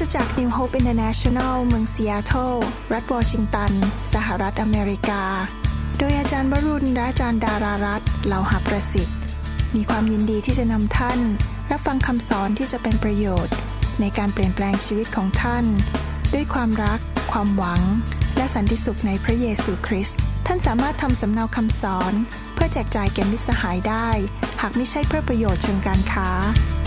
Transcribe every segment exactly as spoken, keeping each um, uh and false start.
จาก New Hope International เมืองซีแอตเทิลรัฐวอชิงตันสหรัฐอเมริกาโดยอาจารย์วรุณและอาจารย์ดารารัตน์เหล่าหประสิทธิ์มีความยินดีที่จะนำท่านรับฟังคำสอนที่จะเป็นประโยชน์ในการเปลี่ยนแปลงชีวิตของท่านด้วยความรักความหวังและสันติสุขในพระเยซูคริสต์ท่านสามารถทำสำเนาคำสอนเพื่อแจกจ่ายแก่มิตรสหายได้หากไม่ใช่เพื่อประโยชน์เชิงการค้า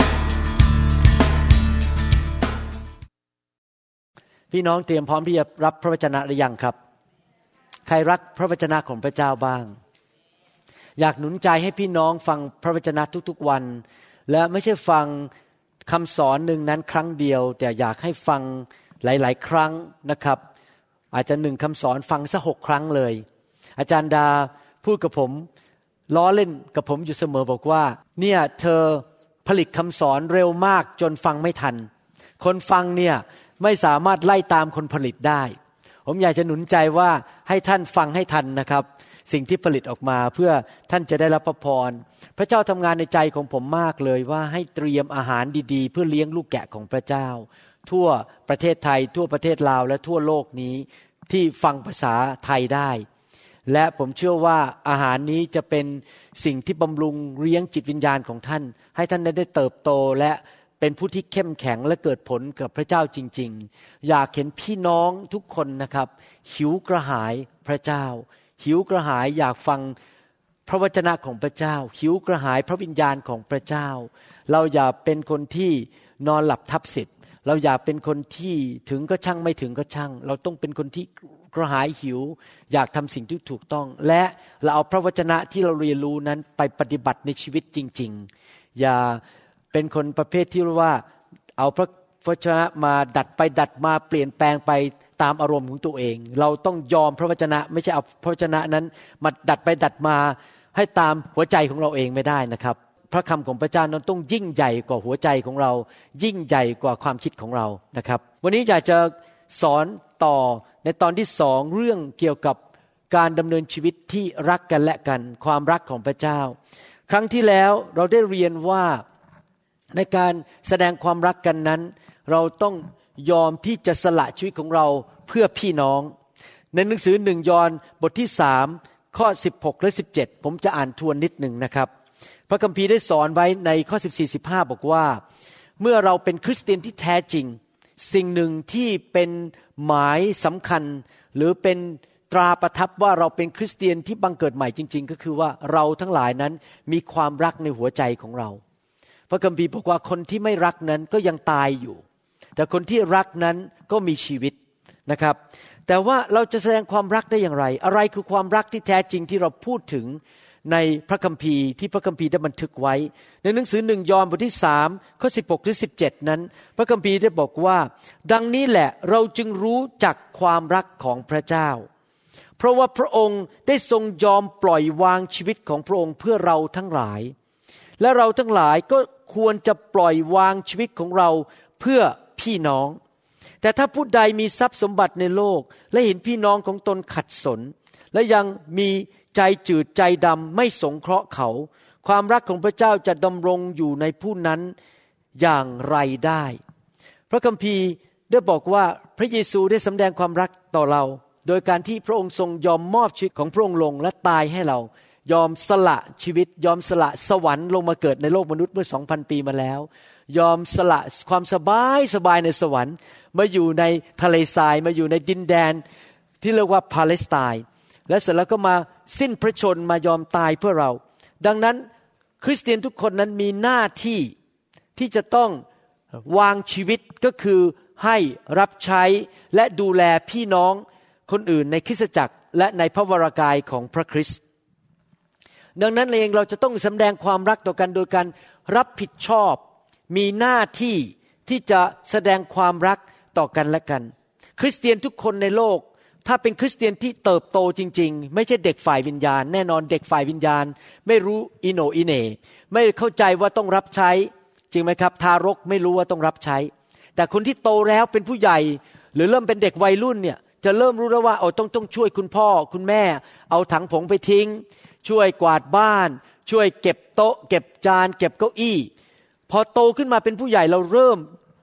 พี่น้องเตรียมพร้อมที่จะรับพระวจนะหรือยังครับใครรักพระวจนะของพระเจ้าบ้างอยากหนุนใจให้พี่น้องฟังพระวจนะทุกๆวันและไม่ใช่ฟังคำสอนหนึ่งนั้นครั้งเดียวแต่อยากให้ฟังหลายๆครั้งนะครับอาจจะหนึ่งคำสอนฟังสักหกครั้งเลยอาจารย์ดาพูดกับผมล้อเล่นกับผมอยู่เสมอบอกว่าเนี่ยเธอผลิตคำสอนเร็วมากจนฟังไม่ทันคนฟังเนี่ยไม่สามารถไล่ตามคนผลิตได้ผมอยากจะหนุนใจว่าให้ท่านฟังให้ทันนะครับสิ่งที่ผลิตออกมาเพื่อท่านจะได้รับพระพรพระเจ้าทำงานในใจของผมมากเลยว่าให้เตรียมอาหารดีๆเพื่อเลี้ยงลูกแกะของพระเจ้าทั่วประเทศไทยทั่วประเทศลาวและทั่วโลกนี้ที่ฟังภาษาไทยได้และผมเชื่อว่าอาหารนี้จะเป็นสิ่งที่บำรุงเลี้ยงจิตวิญญาณของท่านให้ท่านได้เติบโตและเป็นผู้ที่เข้มแข็งและเกิดผลกับพระเจ้าจริงๆอยากเห็นพี่น้องทุกคนนะครับหิวกระหายพระเจ้าหิวกระหายอยากฟังพระวจนะของพระเจ้าหิวกระหายพระวิญญาณของพระเจ้าเราอย่าเป็นคนที่นอนหลับทับสิทธิ์เราอย่าเป็นคนที่ถึงก็ช่างไม่ถึงก็ช่างเราต้องเป็นคนที่กระหายหิวอยากทำสิ่งที่ถูกต้องและเราเอาพระวจนะที่เราเรียนรู้นั้นไปปฏิบัติในชีวิตจริงๆอย่าเป็นคนประเภทที่ว่าเอาพระวจนะมาดัดไปดัดมาเปลี่ยนแปลงไปตามอารมณ์ของตัวเองเราต้องยอมพระวจนะไม่ใช่เอาพระวจนะนั้นมาดัดไปดัดมาให้ตามหัวใจของเราเองไม่ได้นะครับพระคำของพระเจ้านั้นต้องยิ่งใหญ่กว่าหัวใจของเรายิ่งใหญ่กว่าความคิดของเรานะครับวันนี้อยากจะสอนต่อในตอนที่สองเรื่องเกี่ยวกับการดำเนินชีวิตที่รักกันและกันความรักของพระเจ้าครั้งที่แล้วเราได้เรียนว่าในการแสดงความรักกันนั้นเราต้องยอมที่จะสละชีวิตของเราเพื่อพี่น้องในหนังสือหนึ่งยอห์นบทที่สามข้อสิบหกและสิบเจ็ดผมจะอ่านทวนนิดหนึ่งนะครับพระคัมภีร์ได้สอนไว้ในข้อสิบสี่ สิบห้าบอกว่าเมื่อเราเป็นคริสเตียนที่แท้จริงสิ่งหนึ่งที่เป็นหมายสำคัญหรือเป็นตราประทับว่าเราเป็นคริสเตียนที่บังเกิดใหม่จริงๆก็คือว่าเราทั้งหลายนั้นมีความรักในหัวใจของเราพระคัมภีร์บอกว่าคนที่ไม่รักนั้นก็ยังตายอยู่แต่คนที่รักนั้นก็มีชีวิตนะครับแต่ว่าเราจะแสดงความรักได้อย่างไรอะไรคือความรักที่แท้จริงที่เราพูดถึงในพระคัมภีร์ที่พระคัมภีร์ได้บันทึกไว้ในหนังสือหนึ่งยอห์นบทที่สามข้อสิบหกถึงสิบเจ็ดนั้นพระคัมภีร์ได้บอกว่าดังนี้แหละเราจึงรู้จักความรักของพระเจ้าเพราะว่าพระองค์ได้ทรงยอมปล่อยวางชีวิตของพระองค์เพื่อเราทั้งหลายและเราทั้งหลายก็ควรจะปล่อยวางชีวิตของเราเพื่อพี่น้องแต่ถ้าผู้ใดมีทรัพย์สมบัติในโลกและเห็นพี่น้องของตนขัดสนและยังมีใจจืดใจดำไม่สงเคราะห์เขาความรักของพระเจ้าจะดำรงอยู่ในผู้นั้นอย่างไรได้พระคัมภีร์ได้บอกว่าพระเยซูได้สำแดงความรักต่อเราโดยการที่พระองค์ทรงยอมมอบชีวิตของพระองค์ลงและตายให้เรายอมสละชีวิตยอมสละสวรรค์ลงมาเกิดในโลกมนุษย์เมื่อ สองพัน ปีมาแล้วยอมสละความสบายสบายในสวรรค์มาอยู่ในทะเลทรายมาอยู่ในดินแดนที่เรียกว่าปาเลสไตน์และเสร็จแล้วก็มาสิ้นพระชนมายอมตายเพื่อเราดังนั้นคริสเตียนทุกคนนั้นมีหน้าที่ที่จะต้องวางชีวิตก็คือให้รับใช้และดูแลพี่น้องคนอื่นในคริสตจักรและในพระวรากายของพระคริสต์ดังนั้นเองเราจะต้องแสดงความรักต่อกันโดยการรับผิดชอบมีหน้าที่ที่จะแสดงความรักต่อกันและกันคริสเตียนทุกคนในโลกถ้าเป็นคริสเตียนที่เติบโตจริงๆไม่ใช่เด็กฝ่ายวิญญาณแน่นอนเด็กฝ่ายวิญญาณไม่รู้อิโหนอิเหน่ไม่เข้าใจว่าต้องรับใช้จริงไหมครับทารกไม่รู้ว่าต้องรับใช้แต่คนที่โตแล้วเป็นผู้ใหญ่หรือเริ่มเป็นเด็กวัยรุ่นเนี่ยจะเริ่มรู้แล้วว่าโอ้ต้องต้องช่วยคุณพ่อคุณแม่เอาถังผงไปทิ้งช่วยกวาดบ้านช่วยเก็บโต๊ะเก็บจานเก็บเก้าอี้พอโตขึ้นมาเป็นผู้ใหญ่เราเริ่ม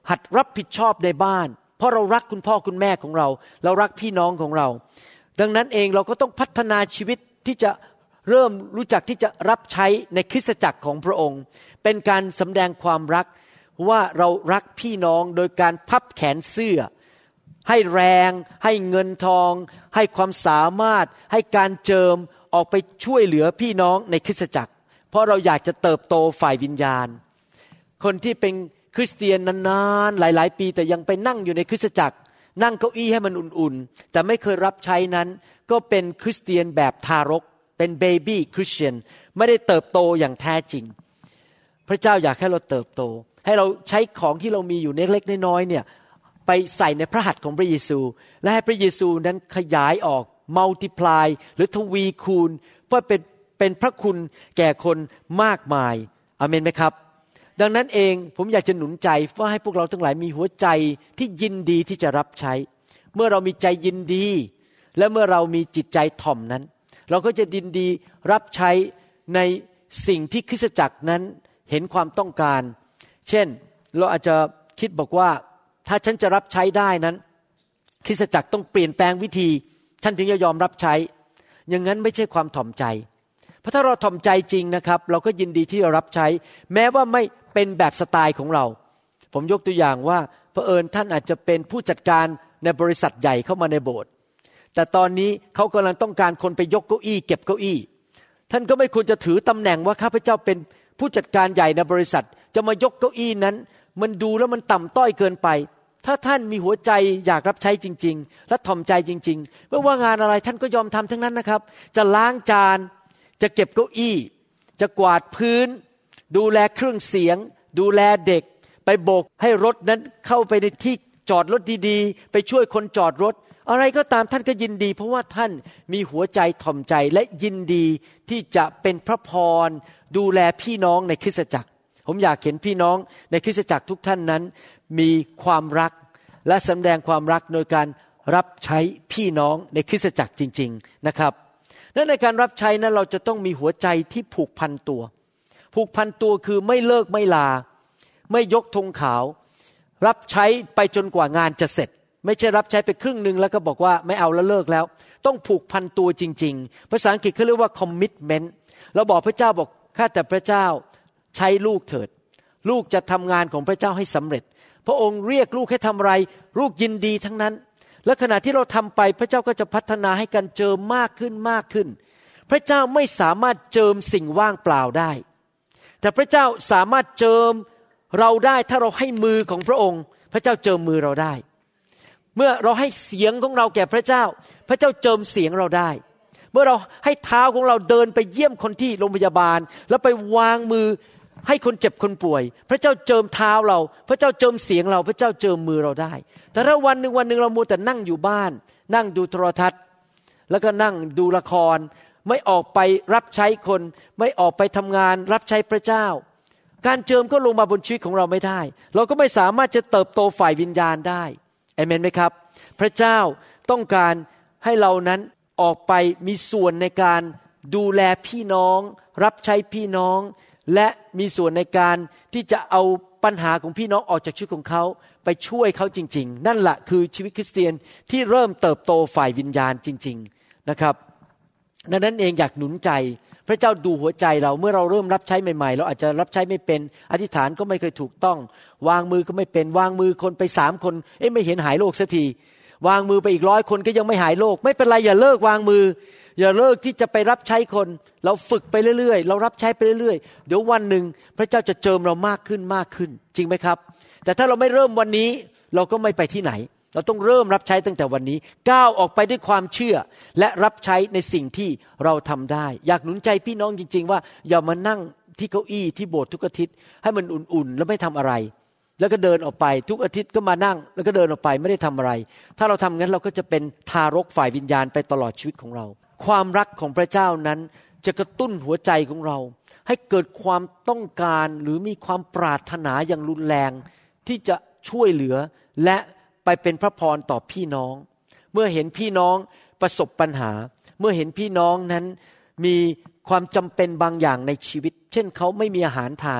หัดรับผิดชอบในบ้านเพราะเรารักคุณพ่อคุณแม่ของเราเรารักพี่น้องของเราดังนั้นเองเราก็ต้องพัฒนาชีวิตที่จะเริ่มรู้จักที่จะรับใช้ในคริสตจักรของพระองค์เป็นการสำแดงความรักว่าเรารักพี่น้องโดยการพับแขนเสื้อให้แรงให้เงินทองให้ความสามารถให้การเจิมออกไปช่วยเหลือพี่น้องในคริสตจักรเพราะเราอยากจะเติบโตฝ่ายวิญญาณคนที่เป็นคริสเตียนนานๆหลายๆปีแต่ยังไปนั่งอยู่ในคริสตจักรนั่งเก้าอี้ให้มันอุ่นๆแต่ไม่เคยรับใช้นั้นก็เป็นคริสเตียนแบบทารกเป็นเบบี้คริสเตียนไม่ได้เติบโตอย่างแท้จริงพระเจ้าอยากให้เราเติบโตให้เราใช้ของที่เรามีอยู่เล็กๆน้อยๆเนี่ยไปใส่ในพระหัตถ์ของพระเยซูและให้พระเยซูนั้นขยายออกมัลติพลายหรือทวีคูณเพื่อเป็นเป็นพระคุณแก่คนมากมายอาเมนไหมครับดังนั้นเองผมอยากจะหนุนใจว่าให้พวกเราทั้งหลายมีหัวใจที่ยินดีที่จะรับใช้เมื่อเรามีใจยินดีและเมื่อเรามีจิตใจถ่อมนั้นเราก็จะยินดีรับใช้ในสิ่งที่คริสตจักรนั้นเห็นความต้องการเช่นเราอาจจะคิดบอกว่าถ้าฉันจะรับใช้ได้นั้นคริสตจักรต้องเปลี่ยนแปลงวิธีฉันถึงจะยอมรับใช้อย่างนั้นไม่ใช่ความถ่อมใจเพราะถ้าเราถ่อมใจจริงนะครับเราก็ยินดีที่จะรับใช้แม้ว่าไม่เป็นแบบสไตล์ของเราผมยกตัวอย่างว่าเผอิญท่านอาจจะเป็นผู้จัดการในบริษัทใหญ่เข้ามาในโบสถ์แต่ตอนนี้เขากำลังต้องการคนไปยกเก้าอี้เก็บเก้าอี้ท่านก็ไม่ควรจะถือตำแหน่งว่าข้าพเจ้าเป็นผู้จัดการใหญ่ในบริษัทจะมายกเก้าอี้นั้นมันดูแล้วมันต่ำต้อยเกินไปถ้าท่านมีหัวใจอยากรับใช้จริงๆและถ่อมใจจริงๆไม่ว่างานอะไรท่านก็ยอมทำทั้งนั้นนะครับจะล้างจานจะเก็บเก้าอี้จะกวาดพื้นดูแลเครื่องเสียงดูแลเด็กไปโบกให้รถนั้นเข้าไปในที่จอดรถดีๆไปช่วยคนจอดรถอะไรก็ตามท่านก็ยินดีเพราะว่าท่านมีหัวใจถ่อมใจและยินดีที่จะเป็นพระพรดูแลพี่น้องในคริสตจักรผมอยากเห็นพี่น้องในคริสตจักรทุกท่านนั้นมีความรักและแสดงความรักโดยการรับใช้พี่น้องในคริสตจักรจริงๆนะครับและในการรับใช้นั้นเราจะต้องมีหัวใจที่ผูกพันตัวผูกพันตัวคือไม่เลิกไม่ลาไม่ยกธงขาวรับใช้ไปจนกว่างานจะเสร็จไม่ใช่รับใช้ไปครึ่งนึงแล้วก็บอกว่าไม่เอาแล้วเลิกแล้วต้องผูกพันตัวจริงๆภาษาอังกฤษเขาเรียกว่า commitment เราบอกพระเจ้าบอกข้าแต่พระเจ้าใช้ลูกเถิดลูกจะทำงานของพระเจ้าให้สำเร็จพระองค์เรียกลูกให้ทำอะไรลูกยินดีทั้งนั้นและขณะที่เราทำไปพระเจ้าก็จะพัฒนาให้กันเจิมมากขึ้นมากขึ้นพระเจ้าไม่สามารถเจิมสิ่งว่างเปล่าได้แต่พระเจ้าสามารถเจิมเราได้ถ้าเราให้มือของพระองค์พระเจ้าเจิมมือเราได้เมื่อเราให้เสียงของเราแก่พระเจ้าพระเจ้าเจิมเสียงเราได้เมื่อเราให้เท้าของเราเดินไปเยี่ยมคนที่โรงพยาบาลแล้วไปวางมือให้คนเจ็บคนป่วยพระเจ้าเจิมเท้าเราพระเจ้าเจิมเสียงเราพระเจ้าเจิมมือเราได้แต่ถ้าวันหนึ่งวันหนึ่งเรามัวแต่นั่งอยู่บ้านนั่งดูโทรทัศน์แล้วก็นั่งดูละครไม่ออกไปรับใช้คนไม่ออกไปทำงานรับใช้พระเจ้าการเจิมก็ลงมาบนชีวิตของเราไม่ได้เราก็ไม่สามารถจะเติบโตฝ่ายวิญญาณได้เอเมนไหมครับพระเจ้าต้องการให้เรานั้นออกไปมีส่วนในการดูแลพี่น้องรับใช้พี่น้องและมีส่วนในการที่จะเอาปัญหาของพี่น้องออกจากชีวิตของเขาไปช่วยเขาจริงๆนั่นแหละคือชีวิตคริสเตียนที่เริ่มเติบโตฝ่ายวิญญาณจริงๆนะครับดังนั้นเองอยากหนุนใจพระเจ้าดูหัวใจเราเมื่อเราเริ่มรับใช้ใหม่ๆเราอาจจะรับใช้ไม่เป็นอธิษฐานก็ไม่เคยถูกต้องวางมือก็ไม่เป็นวางมือคนไปสามคนเอ๊ะไม่เห็นหายโรคสักทีวางมือไปอีกร้อยคนก็ยังไม่หายโรคไม่เป็นไรอย่าเลิกวางมืออย่าเลิกที่จะไปรับใช้คนเราฝึกไปเรื่อยๆเรารับใช้ไปเรื่อยๆเดี๋ยววันหนึ่งพระเจ้าจะเจิมเรามากขึ้นมากขึ้นจริงไหมครับแต่ถ้าเราไม่เริ่มวันนี้เราก็ไม่ไปที่ไหนเราต้องเริ่มรับใช้ตั้งแต่วันนี้ก้าวออกไปด้วยความเชื่อและรับใช้ในสิ่งที่เราทำได้อยากหนุนใจพี่น้องจริงๆว่าอย่ามานั่งที่เก้าอี้ที่โบสถ์ทุกอาทิตย์ให้มันอุ่นๆแล้วไม่ทำอะไรแล้วก็เดินออกไปทุกอาทิตย์ก็มานั่งแล้วก็เดินออกไปไม่ได้ทำอะไรถ้าเราทำงั้นเราก็จะเป็นทารกฝ่ายวิญญาณไปตลอดชีวิตของเราความรักของพระเจ้านั้นจะกระตุ้นหัวใจของเราให้เกิดความต้องการหรือมีความปรารถนาอย่างรุนแรงที่จะช่วยเหลือและไปเป็นพระพรต่อพี่น้องเมื่อเห็นพี่น้องประสบปัญหาเมื่อเห็นพี่น้องนั้นมีความจำเป็นบางอย่างในชีวิตเช่นเขาไม่มีอาหารทาน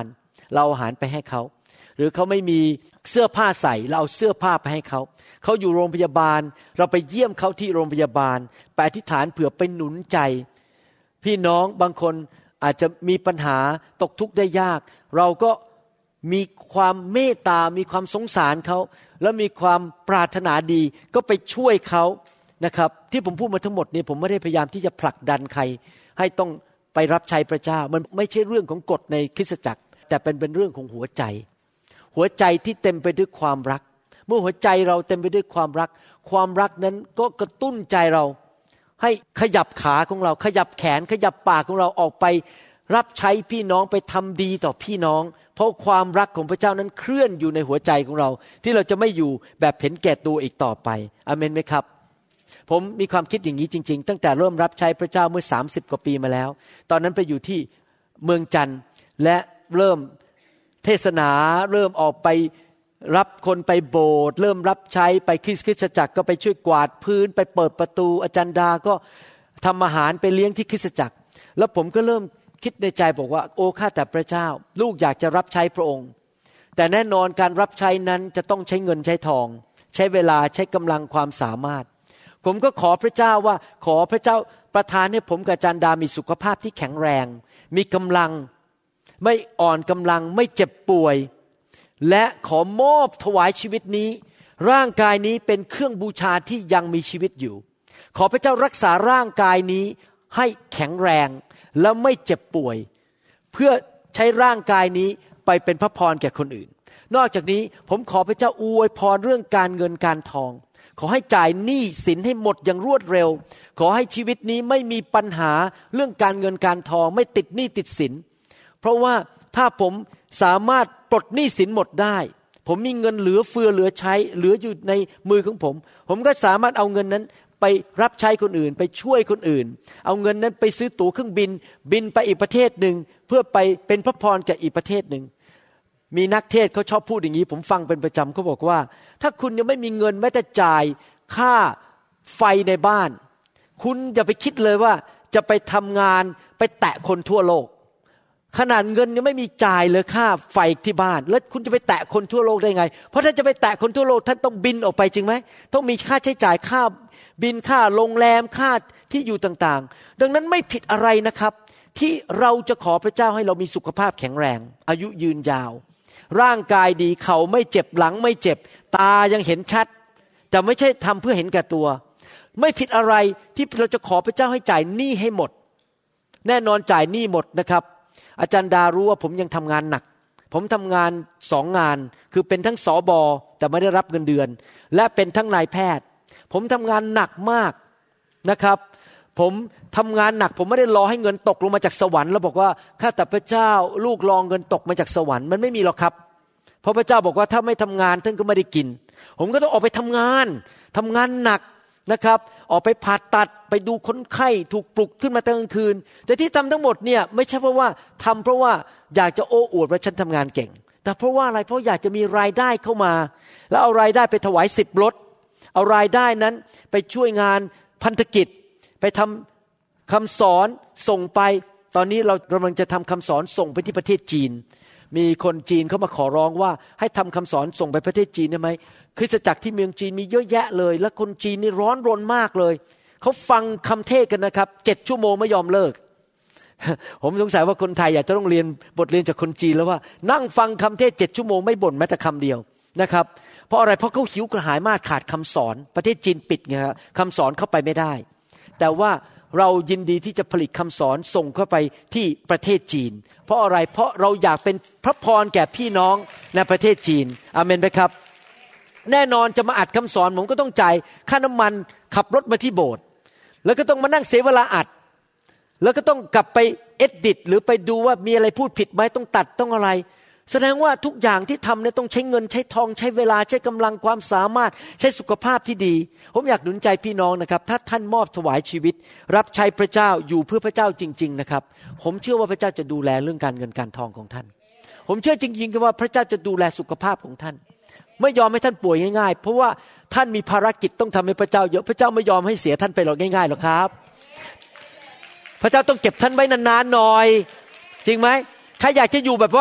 เราเอาอาหารไปให้เขาหรือเขาไม่มีเสื้อผ้าใส่เราเอาเสื้อผ้าไปให้เขาเขาอยู่โรงพยาบาลเราไปเยี่ยมเขาที่โรงพยาบาลไปอธิษฐานเผื่อไปหนุนใจพี่น้องบางคนอาจจะมีปัญหาตกทุกข์ได้ยากเราก็มีความเมตตามีความสงสารเขาและมีความปรารถนาดีก็ไปช่วยเขานะครับที่ผมพูดมาทั้งหมดนี้ผมไม่ได้พยายามที่จะผลักดันใครให้ต้องไปรับใช้พระเจ้ามันไม่ใช่เรื่องของกฎในคริสตจักรแต่เป็นเป็นเรื่องของหัวใจหัวใจที่เต็มไปด้วยความรักเมื่อหัวใจเราเต็มไปด้วยความรักความรักนั้นก็กระตุ้นใจเราให้ขยับขาของเราขยับแขนขยับปากของเราออกไปรับใช้พี่น้องไปทำดีต่อพี่น้องเพราะความรักของพระเจ้านั้นเคลื่อนอยู่ในหัวใจของเราที่เราจะไม่อยู่แบบเห็นแก่ตัวอีกต่อไปอาเมนไหมครับผมมีความคิดอย่างนี้จริงๆตั้งแต่เริ่มรับใช้พระเจ้าเมื่อสามสิบกว่าปีมาแล้วตอนนั้นไปอยู่ที่เมืองจันทร์และเริ่มเทศนาเริ่มออกไปรับคนไปโบสถ์เริ่มรับใช้ไปคริสตจักรก็ไปช่วยกวาดพื้นไปเปิดประตูอาจารย์ดาก็ทำอาหารไปเลี้ยงที่คริสตจักรแล้วผมก็เริ่มคิดในใจบอกว่าโอ้ข้าแต่พระเจ้าลูกอยากจะรับใช้พระองค์แต่แน่นอนการรับใช้นั้นจะต้องใช้เงินใช้ทองใช้เวลาใช้กำลังความสามารถผมก็ขอพระเจ้าว่าขอพระเจ้าประทานให้ผมกับอาจารย์ดามีสุขภาพที่แข็งแรงมีกำลังไม่อ่อนกำลังไม่เจ็บป่วยและขอมอบถวายชีวิตนี้ร่างกายนี้เป็นเครื่องบูชาที่ยังมีชีวิตอยู่ขอพระเจ้ารักษาร่างกายนี้ให้แข็งแรงและไม่เจ็บป่วยเพื่อใช้ร่างกายนี้ไปเป็นพระพรแก่คนอื่นนอกจากนี้ผมขอพระเจ้าอวยพรเรื่องการเงินการทองขอให้จ่ายหนี้สินให้หมดอย่างรวดเร็วขอให้ชีวิตนี้ไม่มีปัญหาเรื่องการเงินการทองไม่ติดหนี้ติดสินเพราะว่าถ้าผมสามารถปลดหนี้สินหมดได้ผมมีเงินเหลือเฟือเหลือใช้เหลืออยู่ในมือของผมผมก็สามารถเอาเงินนั้นไปรับใช้คนอื่นไปช่วยคนอื่นเอาเงินนั้นไปซื้อตั๋วเครื่องบินบินไปอีกประเทศหนึ่งเพื่อไปเป็นพระพรแก่อีกประเทศหนึ่งมีนักเทศเขาชอบพูดอย่างนี้ผมฟังเป็นประจำเขาบอกว่าถ้าคุณยังไม่มีเงินแม้แต่จ่ายค่าไฟในบ้านคุณอย่าไปคิดเลยว่าจะไปทำงานไปแตะคนทั่วโลกขนาดเงินยังไม่มีจ่ายเลยค่าไฟที่บ้านแล้วคุณจะไปแตะคนทั่วโลกได้ไงเพราะถ้าจะไปแตะคนทั่วโลกท่านต้องบินออกไปจริงไหมต้องมีค่าใช้จ่ายค่าบินค่าโรงแรมค่าที่อยู่ต่างๆดังนั้นไม่ผิดอะไรนะครับที่เราจะขอพระเจ้าให้เรามีสุขภาพแข็งแรงอายุยืนยาวร่างกายดีเข่าไม่เจ็บหลังไม่เจ็บตายังเห็นชัดแต่ไม่ใช่ทำเพื่อเห็นแก่ตัวไม่ผิดอะไรที่เราจะขอพระเจ้าให้จ่ายหนี้ให้หมดแน่นอนจ่ายหนี้หมดนะครับอาจารย์ดารู้ว่าผมยังทำงานหนักผมทำงานสองงานคือเป็นทั้งสบแต่ไม่ได้รับเงินเดือนและเป็นทั้งนายแพทย์ผมทำงานหนักมากนะครับผมทำงานหนักผมไม่ได้รอให้เงินตกลงมาจากสวรรค์แล้วบอกว่าข้าแต่พระเจ้าลูกรอเงินตกมาจากสวรรค์มันไม่มีหรอกครับเพราะพระเจ้าบอกว่าถ้าไม่ทำงานท่านก็ไม่ได้กินผมก็ต้องออกไปทำงานทำงานหนักนะครับออกไปผ่าตัดไปดูคนไข้ถูกปลุกขึ้นมาตอนกลางคืนแต่ที่ทำทั้งหมดเนี่ยไม่ใช่เพราะว่าทำเพราะว่าอยากจะโอ้อวดว่าฉันทำงานเก่งแต่เพราะว่าอะไรเพราะอยากจะมีรายได้เข้ามาแล้วเอารายได้ไปถวายสิบรถเอารายได้นั้นไปช่วยงานพันธกิจไปทำคำสอนส่งไปตอนนี้เรากำลังจะทำคำสอนส่งไปที่ประเทศจีนมีคนจีนเขามาขอร้องว่าให้ทำคำสอนส่งไปประเทศจีนได้ไหมคริสตจักรที่เมืองจีนมีเยอะแยะเลยและคนจีนนี่ร้อนรนมากเลยเขาฟังคำเทศกันนะครับเจ็ดชั่วโมงไม่ยอมเลิก ผมสงสัยว่าคนไทยอยากจะต้องเรียนบทเรียนจากคนจีนแล้วว่านั่งฟังคำเทศเจ็ดชั่วโมงไม่บ่นแม้แต่คำเดียวนะครับเพราะอะไรเพราะเขาหิวกระหายมากขาดคำสอนประเทศจีนปิดไงครับคำสอนเข้าไปไม่ได้แต่ว่าเรายินดีที่จะผลิตคำสอนส่งเข้าไปที่ประเทศจีนเพราะอะไรเพราะเราอยากเป็นพระพรแก่พี่น้องในประเทศจีนอาเมนไหมครับแน่นอนจะมาอัดคำสอนผมก็ต้องจ่ายค่าน้ำมันขับรถมาที่โบสถ์แล้วก็ต้องมานั่งเสียเวลาอัดแล้วก็ต้องกลับไปเอดิตหรือไปดูว่ามีอะไรพูดผิดไหมต้องตัดต้องอะไรแสดงว่าทุกอย่างที่ทำเนี่ยต้องใช้เงินใช้ทองใช้เวลาใช้กำลังความสามารถใช้สุขภาพที่ดีผมอยากหนุนใจพี่น้องนะครับถ้าท่านมอบถวายชีวิตรับใช้พระเจ้าอยู่เพื่อพระเจ้าจริงๆนะครับผมเชื่อว่าพระเจ้าจะดูแลเรื่องการเงินการทองของท่านผมเชื่อจริงๆว่าพระเจ้าจะดูแลสุขภาพของท่านไม่ยอมให้ท่านป่วยง่ายๆเพราะว่าท่านมีภารกิจต้องทำให้พระเจ้าเยอะพระเจ้าไม่ยอมให้เสียท่านไปหรอกง่ายๆหรอกครับพระเจ้าต้องเก็บท่านไว้นานๆหน่อยจริงไหมใครอยากจะอยู่แบบว่าพ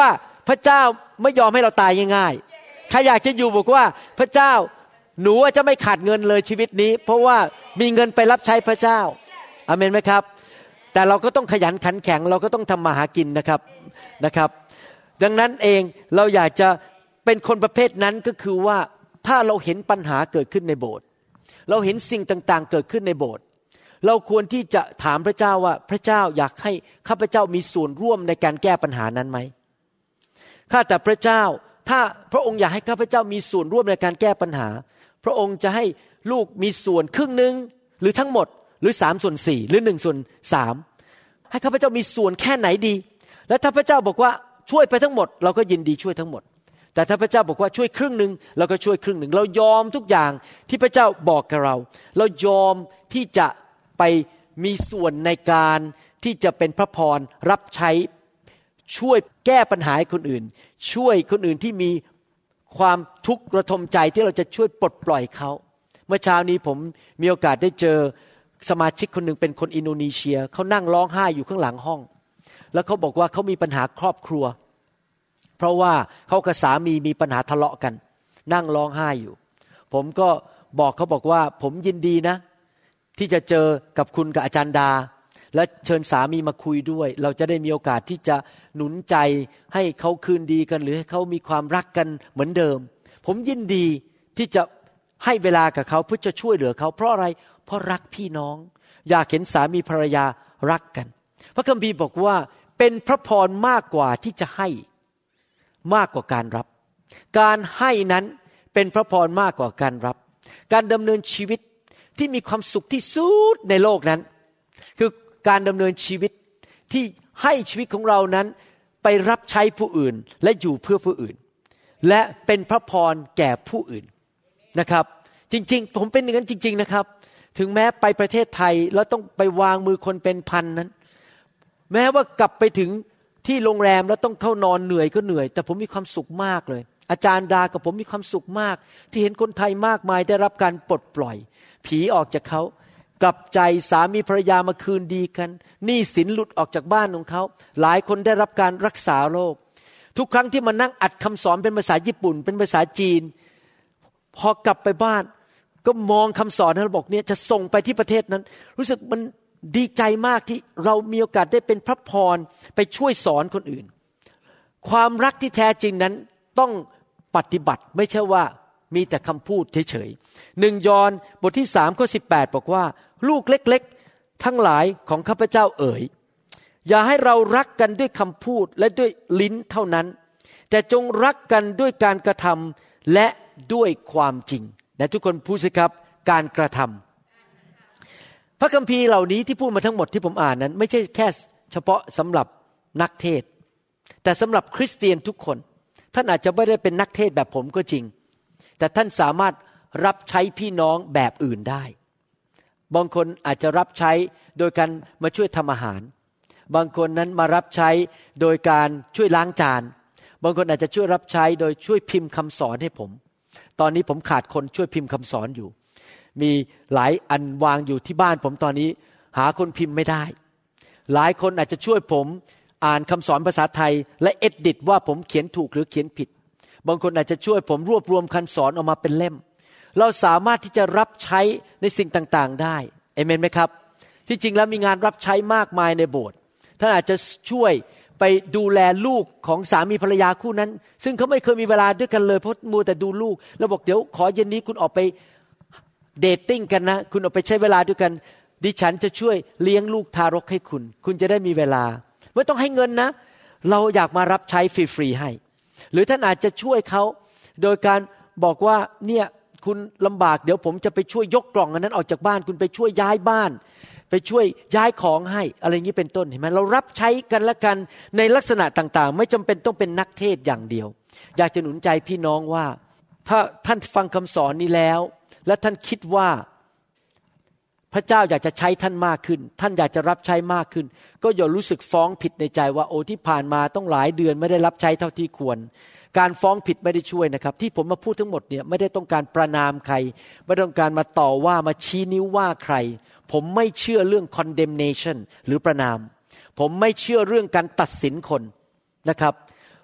พระเจ้าไม่ยอมให้เราตายง่ายๆใครอยากจะอยู่บอกว่าพระเจ้าหนูจะไม่ขาดเงินเลยชีวิตนี้เพราะว่ามีเงินไปรับใช้พระเจ้าอาเมนไหมครับแต่เราก็ต้องขยันขันแข็งเราก็ต้องทำมาหากินนะครับนะครับดังนั้นเองเราอยากจะเป็นคนประเภทนั้นก็คือว่าถ้าเราเห็นปัญหาเกิดขึ้นในโบสถ์เราเห็นสิ่งต่างๆเกิดขึ้นในโบสถ์เราควรที่จะถามพระเจ้าว่าพระเจ้าอยากให้ข้าพเจ้ามีส่วนร่วมในการแก้ปัญหานั้นไหมข้าแต่พระเจ้าถ้าพระองค์อยากให้ข้าพเจ้ามีส่วนร่วมในการแก้ปัญหาพระองค์จะให้ลูกมีส่วนครึ่งนึงหรือทั้งหมดหรือสามส่วนสี่หรือหนึ่งส่วนสามให้ข้าพเจ้ามีส่วนแค่ไหนดีและถ้าพระเจ้าบอกว่าช่วยไปทั้งหมดเราก็ยินดีช่วยทั้งหมดแต่ถ้าพระเจ้าบอกว่าช่วยครึ่งนึงเราก็ช่วยครึ่งนึงเรายอมทุกอย่างที่พระเจ้าบอกกับเราเรายอมที่จะไปมีส่วนในการที่จะเป็นพระพรรับใช้ช่วยแก้ปัญหาให้คนอื่นช่วยคนอื่นที่มีความทุกข์ระทมใจที่เราจะช่วยปลดปล่อยเขาเมื่อเช้านี้ผมมีโอกาสได้เจอสมาชิกคนหนึ่งเป็นคนอินโดนีเซียเขานั่งร้องไห้อยู่ข้างหลังห้องแล้วเขาบอกว่าเขามีปัญหาครอบครัวเพราะว่าเขากับสามีมีปัญหาทะเลาะกันนั่งร้องไห้อยู่ผมก็บอกเขาบอกว่าผมยินดีนะที่จะเจอกับคุณกับอาจารย์ดาและเชิญสามีมาคุยด้วยเราจะได้มีโอกาสที่จะหนุนใจให้เขาคืนดีกันหรือให้เขามีความรักกันเหมือนเดิมผมยินดีที่จะให้เวลากับเขาเพื่อจะช่วยเหลือเขาเพราะอะไรเพราะรักพี่น้องอยากเห็นสามีภรรยารักกันพระคัมภีร์บอกว่าเป็นพระพรมากกว่าที่จะให้มากกว่าการรับการให้นั้นเป็นพระพรมากกว่าการรับการดำเนินชีวิตที่มีความสุขที่สุดในโลกนั้นคือการดำเนินชีวิตที่ให้ชีวิตของเรานั้นไปรับใช้ผู้อื่นและอยู่เพื่อผู้อื่นและเป็นพระพรแก่ผู้อื่นนะครับจริงๆผมเป็นอย่างนั้นจริงๆนะครับถึงแม้ไปประเทศไทยแล้วต้องไปวางมือคนเป็นพันนั้นแม้ว่ากลับไปถึงที่โรงแรมแล้วต้องเข้านอนเหนื่อยก็เหนื่อยแต่ผมมีความสุขมากเลยอาจารย์ดากับผมมีความสุขมากที่เห็นคนไทยมากมายได้รับการปลดปล่อยผีออกจากเขากลับใจสามีภรรยามาคืนดีกันหนี้สินหลุดออกจากบ้านของเขาหลายคนได้รับการรักษาโรคทุกครั้งที่มานั่งอัดคำสอนเป็นภาษาญี่ปุ่นเป็นภาษาจีนพอกลับไปบ้านก็มองคำสอนแล้วบอกเนี่ยจะส่งไปที่ประเทศนั้นรู้สึกมันดีใจมากที่เรามีโอกาสได้เป็นพระพรไปช่วยสอนคนอื่นความรักที่แท้จริงนั้นต้องปฏิบัติไม่ใช่ว่ามีแต่คำพูดเฉยๆหนึ่งยอห์นบทที่สามข้อสิบแปดบอกว่าลูกเล็กๆทั้งหลายของข้าพเจ้าเอ๋ยอย่าให้เรารักกันด้วยคำพูดและด้วยลิ้นเท่านั้นแต่จงรักกันด้วยการกระทำและด้วยความจริงและทุกคนพูดสิครับการกระทำพระคัมภีร์เหล่านี้ที่พูดมาทั้งหมดที่ผมอ่านนั้นไม่ใช่แค่เฉพาะสำหรับนักเทศแต่สำหรับคริสเตียนทุกคนท่านอาจจะไม่ได้เป็นนักเทศแบบผมก็จริงแต่ท่านสามารถรับใช้พี่น้องแบบอื่นได้บางคนอาจจะรับใช้โดยการมาช่วยทำอาหารบางคนนั้นมารับใช้โดยการช่วยล้างจานบางคนอาจจะช่วยรับใช้โดยช่วยพิมพ์คำสอนให้ผมตอนนี้ผมขาดคนช่วยพิมพ์คำสอนอยู่มีหลายอันวางอยู่ที่บ้านผมตอนนี้หาคนพิมพ์ไม่ได้หลายคนอาจจะช่วยผมอ่านคำสอนภาษาไทยและเอดิตว่าผมเขียนถูกหรือเขียนผิดบางคนอาจจะช่วยผมรวบรวมคำสอนออกมาเป็นเล่มเราสามารถที่จะรับใช้ในสิ่งต่างๆได้เอเมนไหมครับที่จริงแล้วมีงานรับใช้มากมายในโบสถ์ท่านอาจจะช่วยไปดูแลลูกของสามีภรรยาคู่นั้นซึ่งเขาไม่เคยมีเวลาด้วยกันเลยเพราะมัวแต่ดูลูกแล้วบอกเดี๋ยวขอเย็นนี้คุณออกไปเดทติ้งกันนะคุณออกไปใช้เวลาด้วยกันดิฉันจะช่วยเลี้ยงลูกทารกให้คุณคุณจะได้มีเวลาไม่ต้องให้เงินนะเราอยากมารับใช้ฟรีๆให้หรือท่านอาจจะช่วยเขาโดยการบอกว่าเนี่ยคุณลำบากเดี๋ยวผมจะไปช่วยยกกล่องอันนั้นออกจากบ้านคุณไปช่วยย้ายบ้านไปช่วยย้ายของให้อะไรอย่างนี้เป็นต้นเห็นไหมเรารับใช้กันและกันในลักษณะต่างๆไม่จำเป็นต้องเป็นนักเทศอย่างเดียวอยากจะหนุนใจพี่น้องว่าถ้าท่านฟังคำสอนนี้แล้วและท่านคิดว่าพระเจ้าอยากจะใช้ท่านมากขึ้นท่านอยากจะรับใช้มากขึ้นก็อย่ารู้สึกฟ้องผิดในใจว่าโอ้ที่ผ่านมาต้องหลายเดือนไม่ได้รับใช้เท่าที่ควรการฟ้องผิดไม่ได้ช่วยนะครับที่ผมมาพูดทั้งหมดเนี่ยไม่ได้ต้องการประณามใครไม่ต้องการมาต่อว่ามาชี้นิ้วว่าใครผมไม่เชื่อเรื่อง condemnation หรือประณามผมไม่เชื่อเรื่องการตัดสินคนนะครับ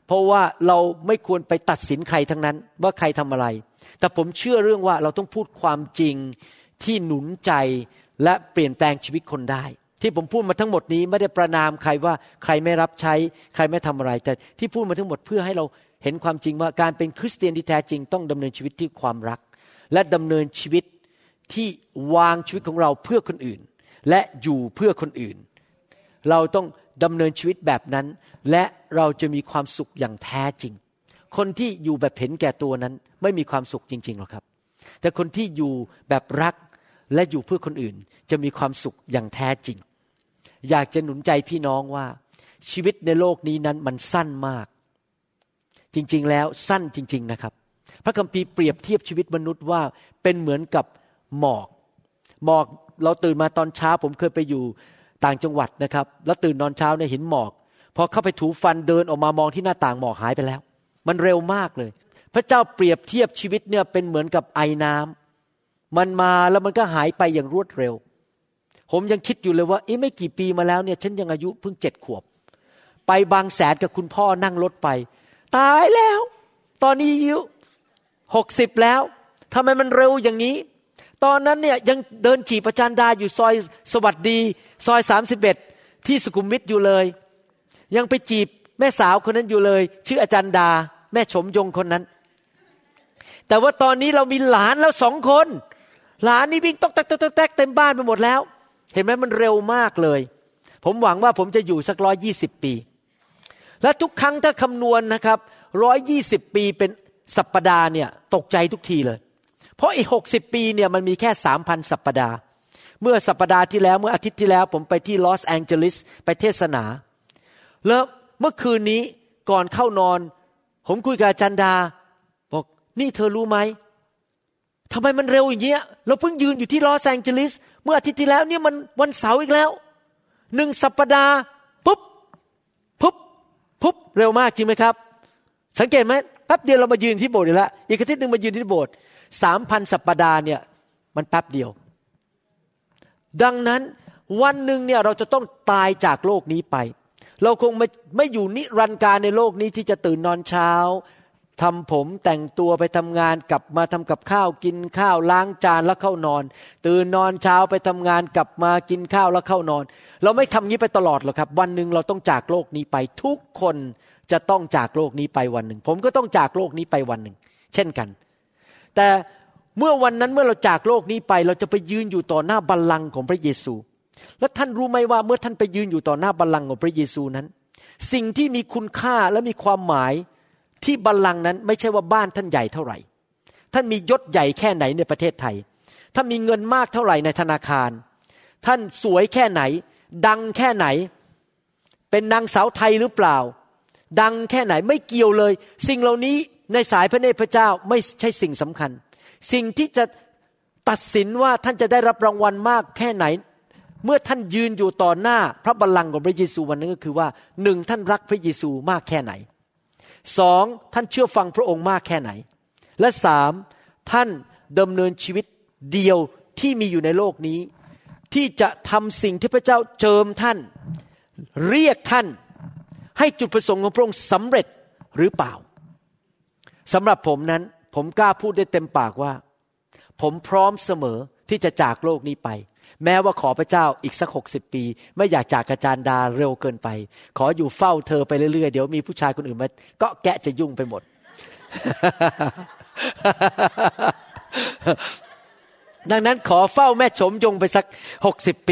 เพราะว่าเราไม่ควรไปตัดสินใครทั้งนั้นว่าใครทำอะไรแต่ผมเชื่อเรื่องว่าเราต้องพูดความจริงที่หนุนใจและเปลี่ยนแปลงชีวิตคนได้ที่ผมพูดมาทั้งหมดนี้ไม่ได้ประณามใครว่าใครไม่รับใช้ใครไม่ทำอะไรแต่ที่พูดมาทั้งหมดเพื่อให้เราเห็นความจริงว่าการเป็นคริสเตียนที่แท้จริงต้องดำเนินชีวิตที่ความรักและดำเนินชีวิตที่วางชีวิตของเราเพื่อคนอื่นและอยู่เพื่อคนอื่นเราต้องดำเนินชีวิตแบบนั้นและเราจะมีความสุขอย่างแท้จริงคนที่อยู่แบบเห็นแก่ตัวนั้นไม่มีความสุขจริงๆหรอกครับแต่คนที่อยู่แบบรักและอยู่เพื่อคนอื่นจะมีความสุขอย่างแท้จริงอยากจะหนุนใจพี่น้องว่าชีวิตในโลกนี้นั้นมันสั้นมากจริงๆแล้วสั้นจริงๆนะครับพระคัมภีร์เปรียบเทียบชีวิตมนุษย์ว่าเป็นเหมือนกับหมอกหมอกเราตื่นมาตอนเช้าผมเคยไปอยู่ต่างจังหวัดนะครับแล้วตื่นนอนเช้าเนี่ยเห็นหมอกพอเข้าไปถูฟันเดินออกมามองที่หน้าต่างหมอกหายไปแล้วมันเร็วมากเลยพระเจ้าเปรียบเทียบชีวิตเนี่ยเป็นเหมือนกับไอน้ำมันมาแล้วมันก็หายไปอย่างรวดเร็วผมยังคิดอยู่เลยว่าเอ๊ะไม่กี่ปีมาแล้วเนี่ยฉันยังอายุเพิ่งเจ็ดขวบไปบางแสนกับคุณพ่อนั่งรถไปตายแล้วตอนนี้อายุหกสิบแล้วทำไมมันเร็วอย่างนี้ตอนนั้นเนี่ยยังเดินจีบอาจารย์ดาอยู่ซอยสวัสดีซอยสามสิบเอ็ดที่สุขุมวิทอยู่เลยยังไปจีบแม่สาวคนนั้นอยู่เลยชื่ออาจารย์ดาแม่ชมยงคนนั้นแต่ว่าตอนนี้เรามีหลานแล้วสองคนหลานนี่วิ่งตกแตกตกแตกเต็มบ้านไปหมดแล้วเห็นไหมมันเร็วมากเลยผมหวังว่าผมจะอยู่สักร้อยยี่สิบปีและทุกครั้งถ้าคำนวณนะครับร้อยยี่สิบปีเป็นสัปดาห์เนี่ยตกใจทุกทีเลยเพราะอีกหกสิบปีเนี่ยมันมีแค่ สามพัน สัปดาห์เมื่อสัปดาห์ที่แล้วเมื่ออาทิตย์ที่แล้วผมไปที่ลอสแองเจลิสไปเทศนาแล้วเมื่อคืนนี้ก่อนเข้านอนผมคุยกับอาจารย์ดาบอกนี่เธอรู้ไหมทำไมมันเร็วอย่างเงี้ยเราเพิ่งยืนอยู่ที่ลอสแองเจลิสเมื่ออาทิตย์ที่แล้วเนี่ยมันวันเสาร์อีกแล้วหนึ่งสัปดาห์ปุ๊บปุ๊บปุ๊บเร็วมากจริงไหมครับสังเกตไหมแป๊บเดียวเรามายืนที่โบสถ์แล้วอีกอาทิตย์นึงมายืนที่โบสถ์ สามพัน สัปดาห์เนี่ยมันแป๊บเดียวดังนั้นวันหนึ่งเนี่ยเราจะต้องตายจากโลกนี้ไปเราคงไม่ไม่อยู่นิรันดร์การในโลกนี้ที่จะตื่นนอนเช้าทำผมแต่งตัวไปทำงานกลับมาทำกับข้าวกินข้าวล้างจานแล้วเข้านอนตื่นนอนเช้าไปทำงานกลับมากินข้าวแล้วเข้านอนเราไม่ทำงี้ไปตลอดหรอกครับวันหนึ่งเราต้องจากโลกนี้ไปทุกคนจะต้องจากโลกนี้ไปวันหนึ่งผมก็ต้องจากโลกนี้ไปวันหนึ่งเช่นกันแต่เมื่อวันนั้นเมื่อเราจากโลกนี้ไปเราจะไปยืนอยู่ต่อหน้าบัลลังก์ของพระเยซูและท่านรู้ไหมว่าเมื่อท่านไปยืนอยู่ต่อหน้าบัลลังก์ของพระเยซูนั้นสิ่งที่มีคุณค่าและมีความหมายที่บัลลังก์นั้นไม่ใช่ว่าบ้านท่านใหญ่เท่าไหร่ท่านมียศใหญ่แค่ไหนในประเทศไทยท่านมีเงินมากเท่าไหร่ในธนาคารท่านสวยแค่ไหนดังแค่ไหนเป็นนางสาวไทยหรือเปล่าดังแค่ไหนไม่เกี่ยวเลยสิ่งเหล่านี้ในสายพระเนตรพระเจ้าไม่ใช่สิ่งสำคัญสิ่งที่จะตัดสินว่าท่านจะได้รับรางวัลมากแค่ไหนเมื่อท่านยืนอยู่ต่อหน้าพระบัลลังก์ของพระเยซูวันนั้นก็คือว่าหนึ่งท่านรักพระเยซูมากแค่ไหนสองท่านเชื่อฟังพระองค์มากแค่ไหนและสามท่านดำเนินชีวิตเดียวที่มีอยู่ในโลกนี้ที่จะทำสิ่งที่พระเจ้าเจิมท่านเรียกท่านให้จุดประสงค์ของพระองค์สำเร็จหรือเปล่าสำหรับผมนั้นผมกล้าพูดได้เต็มปากว่าผมพร้อมเสมอที่จะจากโลกนี้ไปแม้ว่าขอพระเจ้าอีกสักหกสิบปีไม่อยากจากอาจารย์ดาเร็วเกินไปขออยู่เฝ้าเธอไปเรื่อยๆเดี๋ยวมีผู้ชายคนอื่นมาก็แกะจะยุ่งไปหมด ดังนั้นขอเฝ้าแม่ชมยงไปสักหกสิบปี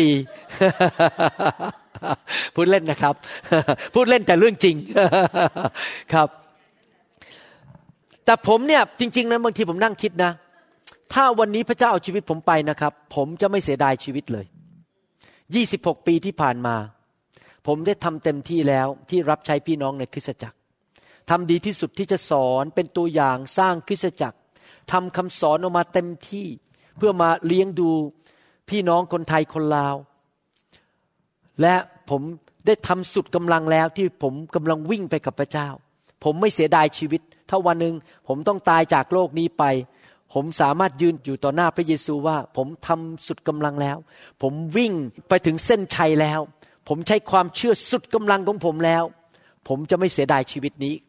พูดเล่นนะครับ พูดเล่นแต่เรื่องจริง ครับแต่ผมเนี่ยจริงๆนะบางทีผมนั่งคิดนะถ้าวันนี้พระเจ้าเอาชีวิตผมไปนะครับผมจะไม่เสียดายชีวิตเลยยี่สิบหกปีที่ผ่านมาผมได้ทำเต็มที่แล้วที่รับใช้พี่น้องในคริสตจักรทำดีที่สุดที่จะสอนเป็นตัวอย่างสร้างคริสตจักรทำคำสอนออกมาเต็มที่เพื่อมาเลี้ยงดูพี่น้องคนไทยคนลาวและผมได้ทำสุดกำลังแล้วที่ผมกำลังวิ่งไปกับพระเจ้าผมไม่เสียดายชีวิตถ้าวันหนึ่งผมต้องตายจากโลกนี้ไปผมสามารถยืนอยู่ต่อหน้าพระเยซูว่าผมทำสุดกำลังแล้วผมวิ่งไปถึงเส้นชัยแล้วผมใช้ความเชื่อสุดกำลังของผมแล้วผมจะไม่เสียดายชีวิตนี้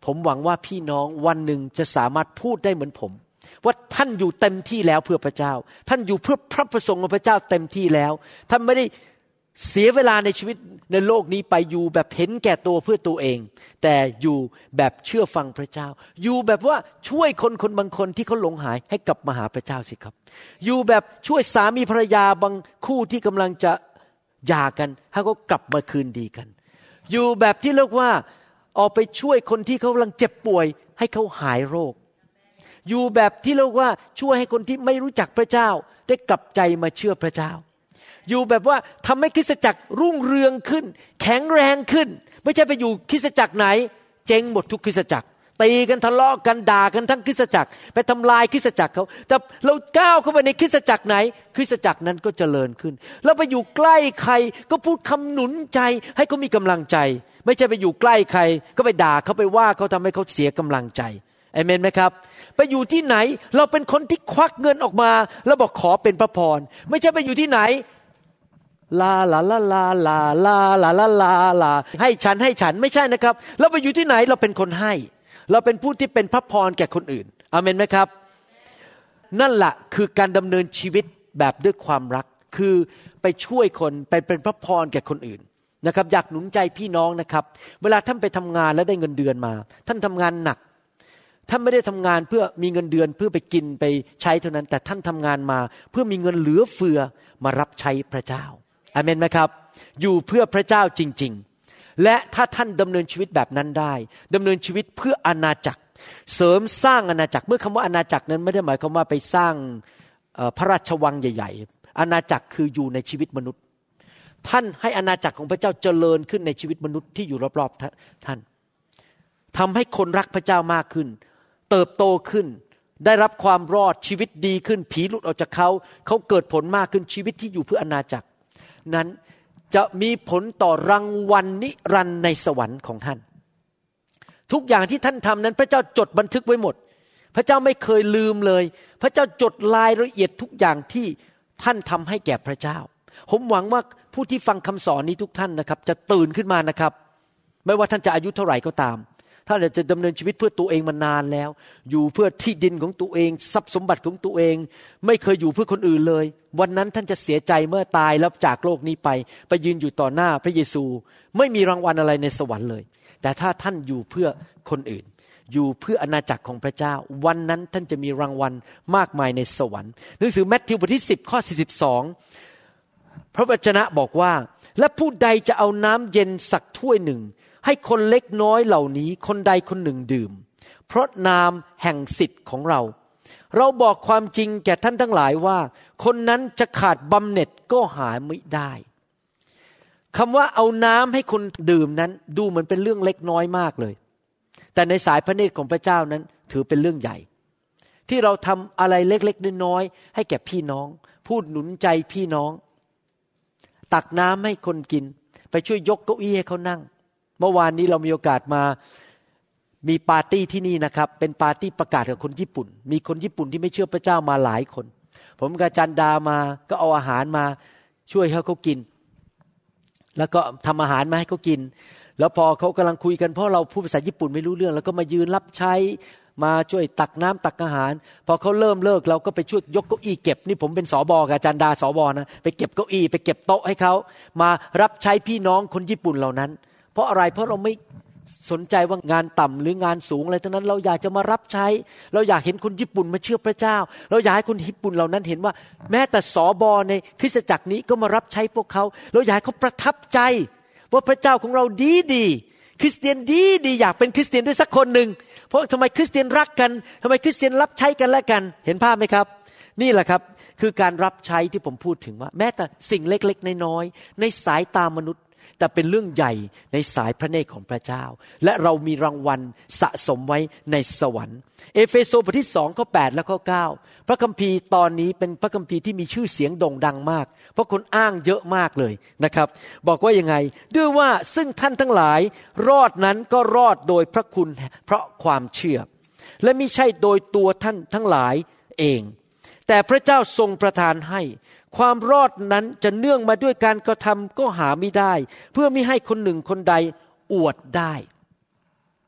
ผมหวังว่าพี่น้องวันหนึ่งจะสามารถพูดได้เหมือนผมว่าท่านอยู่เต็มที่แล้วเพื่อพระเจ้าท่านอยู่เพื่อพระประสงค์ของพระเจ้าเต็มที่แล้วท่านไม่ได้เสียเวลาในชีวิตในโลกนี้ไปอยู่แบบเห็นแก่ตัวเพื่อตัวเองแต่อยู่แบบเชื่อฟังพระเจ้าอยู่แบบว่าช่วยคนคนบางคนที่เขาหลงหายให้กลับมาหาพระเจ้าสิครับอยู่แบบช่วยสามีภรรยาบางคู่ที่กำลังจะหย่ากันให้เขากลับมาคืนดีกันอยู่แบบที่เรียกว่าออกไปช่วยคนที่เขากำลังเจ็บป่วยให้เขาหายโรคอยู่แบบที่เรียกว่าช่วยให้คนที่ไม่รู้จักพระเจ้าได้กลับใจมาเชื่อพระเจ้าอยู่แบบว่าทำให้คริสตจักรรุ่งเรืองขึ้นแข็งแรงขึ้นไม่ใช่ไปอยู่คริสตจักรไหนเจ๊งหมดทุกคริสตจักรตีกันทะเลาะกันด่ากันทั้งคริสตจักรไปทำลายคริสตจักรเขาแต่เราก้าวเข้าไปในคริสตจักรไหนคริสตจักรนั้นก็เจริญขึ้นแล้วไปอยู่ใกล้ใครก็พูดคำหนุนใจให้เขามีกำลังใจไม่ใช่ไปอยู่ใกล้ใครก็ไปด่าเขาไปว่าเขาทำให้เขาเสียกำลังใจอาเมนไหมครับไปอยู่ที่ไหนเราเป็นคนที่ควักเงินออกมาแล้วบอกขอเป็นพระพรไม่ใช่ไปอยู่ที่ไหนลาลาลาลาลาลาลาลาลาลาให้ฉันให้ฉันไม่ใช่นะครับเราไปอยู่ที่ไหนเราเป็นคนให้เราเป็นผู้ที่เป็นพระพรแก่คนอื่นอาเมนไหมครับนั่นแหละคือการดำเนินชีวิตแบบด้วยความรักคือไปช่วยคนไปเป็นพระพรแก่คนอื่นนะครับอยากหนุนใจพี่น้องนะครับเวลาท่านไปทำงานแล้วได้เงินเดือนมาท่านทำงานหนักท่านไม่ได้ทำงานเพื่อมีเงินเดือนเพื่อไปกินไปใช้เท่านั้นแต่ท่านทำงานมาเพื่อมีเงินเหลือเฟือมารับใช้พระเจ้าอาเมนไหมครับอยู่เพื่อพระเจ้าจริงๆและถ้าท่านดำเนินชีวิตแบบนั้นได้ดำเนินชีวิตเพื่ออาณาจักรเสริมสร้างอาณาจักรเมื่อคำว่าอาณาจักรนั้นไม่ได้หมายความว่าไปสร้างพระราชวังใหญ่ๆอาณาจักรคืออยู่ในชีวิตมนุษย์ท่านให้อาณาจักรของพระเจ้าเจริญขึ้นในชีวิตมนุษย์ที่อยู่รอบๆท่านทำให้คนรักพระเจ้ามากขึ้นเติบโตขึ้นได้รับความรอดชีวิตดีขึ้นผีหลุดออกจากเขาเขาเกิดผลมากขึ้นชีวิตที่อยู่เพื่ออาณาจักรนั้นจะมีผลต่อรางวัลนิรันดร์ในสวรรค์ของท่านทุกอย่างที่ท่านทำนั้นพระเจ้าจดบันทึกไว้หมดพระเจ้าไม่เคยลืมเลยพระเจ้าจดรายละเอียดทุกอย่างที่ท่านทำให้แก่พระเจ้าผมหวังว่าผู้ที่ฟังคำสอนนี้ทุกท่านนะครับจะตื่นขึ้นมานะครับไม่ว่าท่านจะอายุเท่าไหร่ก็ตามถ้าจะดำเนินชีวิตเพื่อตัวเองมานานแล้วอยู่เพื่อที่ดินของตัวเองทรัพย์สมบัติของตัวเองไม่เคยอยู่เพื่อคนอื่นเลยวันนั้นท่านจะเสียใจเมื่อตายแล้วจากโลกนี้ไปไปยืนอยู่ต่อหน้าพระเยซูไม่มีรางวัลอะไรในสวรรค์เลยแต่ถ้าท่านอยู่เพื่อคนอื่นอยู่เพื่ออาณาจักรของพระเจ้าวันนั้นท่านจะมีรางวัลมากมายในสวรรค์หนังสือมัทธิวบทที่สิบข้อสี่สิบสองพระวจนะบอกว่าและผู้ใดจะเอาน้ำเย็นสักถ้วยหนึ่งให้คนเล็กน้อยเหล่านี้คนใดคนหนึ่งดื่มเพราะนามแห่งสิทธิ์ของเราเราบอกความจริงแก่ท่านทั้งหลายว่าคนนั้นจะขาดบำเหน็จก็หาไม่ได้คำว่าเอาน้ำให้คนดื่มนั้นดูเหมือนเป็นเรื่องเล็กน้อยมากเลยแต่ในสายพระเนตรของพระเจ้านั้นถือเป็นเรื่องใหญ่ที่เราทำอะไรเล็กๆน้อยๆให้แก่พี่น้องพูดหนุนใจพี่น้องตักน้ำให้คนกินไปช่วยยกเก้าอี้ให้เขานั่งเมื่อวานนี้เรามีโอกาสมามีปาร์ตี้ที่นี่นะครับเป็นปาร์ตี้ประกาศกับคนญี่ปุ่นมีคนญี่ปุ่นที่ไม่เชื่อพระเจ้ามาหลายคนผมกับอาจารย์ดามาก็เอาอาหารมาช่วยให้เขากินแล้วก็ทำอาหารมาให้เขากินแล้วพอเขากำลังคุยกันเพราะเราพูดภาษาญี่ปุ่นไม่รู้เรื่องแล้วก็มายืนรับใช้มาช่วยตักน้ำตักอาหารพอเขาเริ่มเลิกเราก็ไปช่วยยกเก้าอี้เก็บนี่ผมเป็นสบกับอาจารย์ดาสบนะไปเก็บเก้าอี้ไปเก็บโต๊ะให้เขามารับใช้พี่น้องคนญี่ปุ่นเหล่านั้นเพราะอะไรเพราะเราไม่สนใจว่างานต่ำหรืองานสูงอะไรทั้งนั้นเราอยากจะมารับใช้เราอยากเห็นคนญี่ปุ่นมาเชื่อพระเจ้าเราอยากให้คนญี่ปุ่นเหล่านั้นเห็นว่าแม้แต่สบในคริสตจักรนี้ก็มารับใช้พวกเขาเราอยากให้เขาประทับใจว่าพระเจ้าของเราดีดีคริสเตียนดีดีอยากเป็นคริสเตียนด้วยสักคนหนึ่งเพราะทำไมคริสเตียนรักกันทำไมคริสเตียนรับใช้กันและกันเห็นภาพไหมครับนี่แหละครับคือการรับใช้ที่ผมพูดถึงว่าแม้แต่สิ่งเล็กๆน้อยๆในสายตามนุษย์แต่เป็นเรื่องใหญ่ในสายพระเนตรของพระเจ้าและเรามีรางวัลสะสมไว้ในสวรรค์เอเฟโซบทที่สองข้อแปดและข้อเก้าพระคัมภีร์ตอนนี้เป็นพระคัมภีร์ที่มีชื่อเสียงโด่งดังมากเพราะคนอ้างเยอะมากเลยนะครับบอกว่ายังไงด้วยว่าซึ่งท่านทั้งหลายรอดนั้นก็รอดโดยพระคุณเพราะความเชื่อและมิใช่โดยตัวท่านทั้งหลายเองแต่พระเจ้าทรงประทานให้ความรอดนั้นจะเนื่องมาด้วยการกระทำก็หาไม่ได้เพื่อไม่ให้คนหนึ่งคนใดอวดได้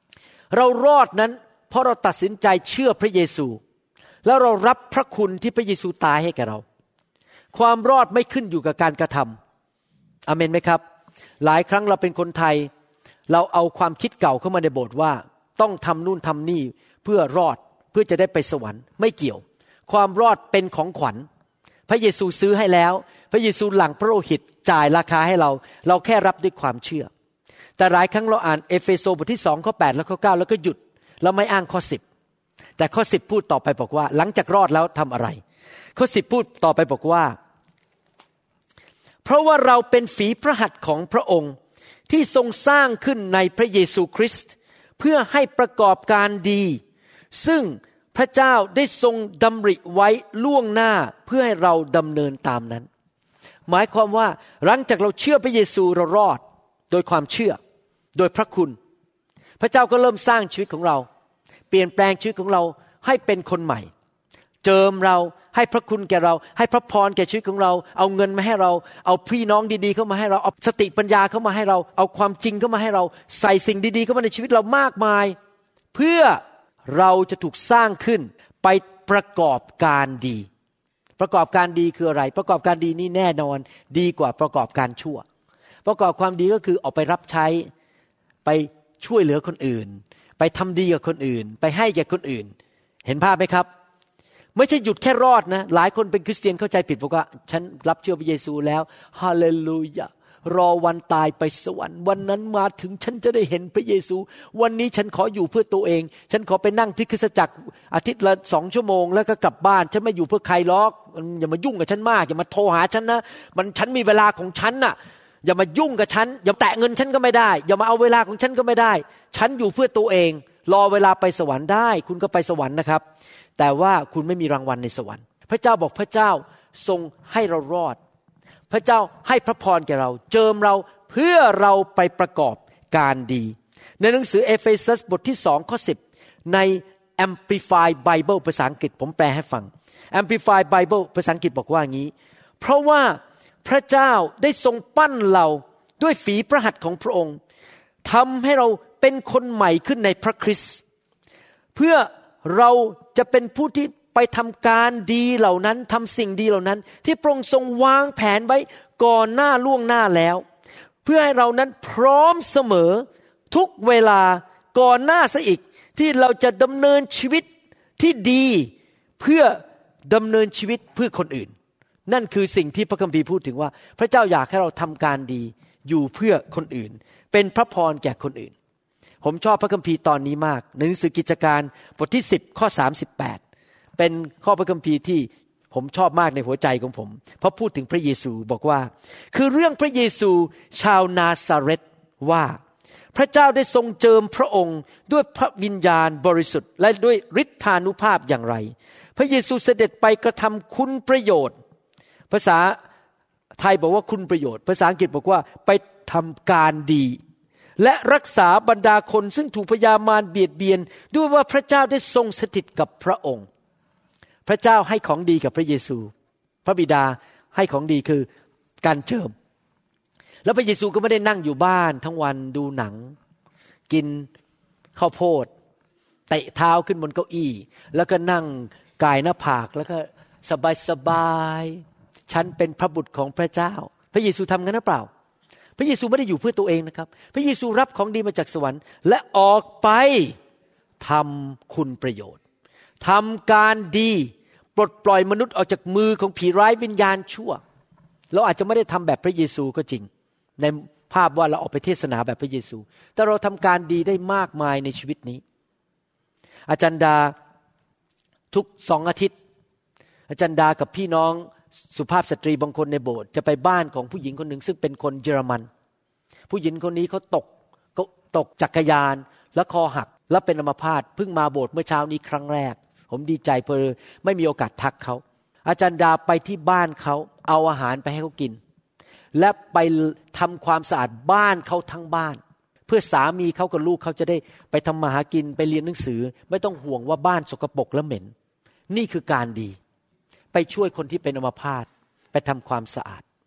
เรารอดนั้นเพราะเราตัดสินใจเชื่อพระเยซูแล้วเรารับพระคุณที่พระเยซูตายให้แก่เราความรอดไม่ขึ้นอยู่กับการกระทำอาเมนไหมครับหลายครั้งเราเป็นคนไทยเราเอาความคิดเก่าเข้ามาในโบสถ์ว่าต้องทำนู่นทำนี่เพื่อรอดเพื่อจะได้ไปสวรรค์ไม่เกี่ยวความรอดเป็นของขวัญพระเยซูซื้อให้แล้วพระเยซูหลั่งพระโลหิตจ่ายราคาให้เราเราแค่รับด้วยความเชื่อแต่หลายครั้งเราอ่านเอเฟโซบทที่สองข้อแปดและข้อเก้าแล้วก็หยุดแล้วไม่อ้างข้อสิบแต่ข้อสิบพูดต่อไปบอกว่าหลังจากรอดแล้วทำอะไรข้อสิบพูดต่อไปบอกว่าเพราะว่าเราเป็นฝีพระหัตถ์ของพระองค์ที่ทรงสร้างขึ้นในพระเยซูคริสต์เพื่อให้ประกอบการดีซึ่งพระเจ้าได้ทรงดำริไว้ล่วงหน้าเพื่อให้เราดำเนินตามนั้นหมายความว่าหลังจากเราเชื่อพระเยซูเรารอดโดยความเชื่อโดยพระคุณพระเจ้าก็เริ่มสร้างชีวิตของเราเปลี่ยนแปลงชีวิตของเราให้เป็นคนใหม่เจิมเราให้พระคุณแก่เราให้พระพรแก่ชีวิตของเราเอาเงินมาให้เราเอาพี่น้องดีๆเข้ามาให้เราเอาสติปัญญาเข้ามาให้เราเอาความจริงเข้ามาให้เราใส่สิ่งดีๆเข้ามาในชีวิตเรามากมายเพื่อเราจะถูกสร้างขึ้นไปประกอบการดีประกอบการดีคืออะไรประกอบการดีนี่แน่นอนดีกว่าประกอบการชั่วประกอบความดีก็คือออกไปรับใช้ไปช่วยเหลือคนอื่นไปทำดีกับคนอื่นไปให้แก่คนอื่นเห็นภาพไหมครับไม่ใช่หยุดแค่รอดนะหลายคนเป็นคริสเตียนเข้าใจผิดบอกว่าฉันรับเชื่อพระเยซูแล้วฮาเลลูยารอวันตายไปสวรรค์วันนั้นมาถึงฉันจะได้เห็นพระเยซูวันนี้ฉันขออยู่เพื่อตัวเองฉันขอไปนั่งที่คริสตจักรอาทิตย์ละสองชั่วโมงแล้วก็กลับบ้านฉันไม่อยู่เพื่อใครหรอกอย่ามายุ่งกับฉันมากอย่ามาโทรหาฉันนะมันฉันมีเวลาของฉันน่ะอย่ามายุ่งกับฉันอย่าแตะเงินฉันก็ไม่ได้อย่ามาเอาเวลาของฉันก็ไม่ได้ฉันอยู่เพื่อตัวเองรอเวลาไปสวรรค์ได้คุณก็ไปสวรรค์นะครับแต่ว่าคุณไม่มีรางวัลในสวรรค์พระเจ้าบอกพระเจ้าทรงให้เรารอดพระเจ้าให้พระพรแก่เราเจิมเราเพื่อเราไปประกอบการดีในหนังสือเอเฟซัสบทที่สองข้อสิบใน Amplified Bible ภาษาอังกฤษผมแปลให้ฟัง Amplified Bible ภาษาอังกฤษบอกว่างี้ เพราะว่าพระเจ้าได้ทรงปั้นเราด้วยฝีพระหัตถ์ของพระองค์ทำให้เราเป็นคนใหม่ขึ้นในพระคริสต์เพื่อเราจะเป็นผู้ที่ไปทำการดีเหล่านั้นทำสิ่งดีเหล่านั้นที่พระองค์ทรงวางแผนไว้ก่อนหน้าล่วงหน้าแล้วเพื่อให้เรานั้นพร้อมเสมอทุกเวลาก่อนหน้าซะอีกที่เราจะดำเนินชีวิตที่ดีเพื่อดำเนินชีวิตเพื่อคนอื่นนั่นคือสิ่งที่พระคัมภีร์พูดถึงว่าพระเจ้าอยากให้เราทำการดีอยู่เพื่อคนอื่นเป็นพระพรแก่คนอื่นผมชอบพระคัมภีร์ตอนนี้มากในหนังสือกิจการบทที่สิบข้อสามสิบแปดเป็นข้อพระคัมภีร์ที่ผมชอบมากในหัวใจของผมเพราะพูดถึงพระเยซูบอกว่าคือเรื่องพระเยซูชาวนาซาเรตว่าพระเจ้าได้ทรงเจิมพระองค์ด้วยพระวิญญาณบริสุทธิ์และด้วยฤทธานุภาพอย่างไรพระเยซูเสด็จไปกระทำคุณประโยชน์ภาษาไทยบอกว่าคุณประโยชน์ภาษาอังกฤษบอกว่าไปทำการดีและรักษาบรรดาคนซึ่งถูกพยามารเบียดเบียนด้วยว่าพระเจ้าได้ทรงสถิตกับพระองค์พระเจ้าให้ของดีกับพระเยซูพระบิดาให้ของดีคือการเจิมแล้วพระเยซูก็ไม่ได้นั่งอยู่บ้านทั้งวันดูหนังกินข้าวโพดเตะเท้าขึ้นบนเก้าอี้แล้วก็นั่งกายหน้าผากแล้วก็สบายๆฉันเป็นพระบุตรของพระเจ้าพระเยซูทำงั้นหรือเปล่าพระเยซูไม่ได้อยู่เพื่อตัวเองนะครับพระเยซูรับของดีมาจากสวรรค์และออกไปทำคุณประโยชน์ทำการดีปลดปล่อยมนุษย์ออกจากมือของผีร้ายวิญญาณชั่วเราอาจจะไม่ได้ทำแบบพระเยซูก็จริงในภาพว่าเราออกไปเทศนาแบบพระเยซูแต่เราทำการดีได้มากมายในชีวิตนี้อาจารย์ดาทุกสองอาทิตย์อาจารย์ดากับพี่น้องสุภาพสตรีบางคนในโบสถ์จะไปบ้านของผู้หญิงคนหนึ่งซึ่งเป็นคนเยอรมันผู้หญิงคนนี้เขาตกเขาตกจักรยานแล้วคอหักแล้วเป็นอัมพาตเพิ่งมาโบสถ์เมื่อเช้านี้ครั้งแรกผมดีใจเพอไม่มีโอกาสทักเขาอาจารย์ดาไปที่บ้านเขาเอาอาหารไปให้เขากินและไปทำความสะอาดบ้านเขาทั้งบ้านเพื่อสามีเขากับลูกเขาจะได้ไปทำมาหากินไปเรียนหนังสือไม่ต้องห่วงว่าบ้านสกปรกและเหม็นนี่คือการดีไปช่วยคนที่เป็นอัมพาตไปทำความสะอาด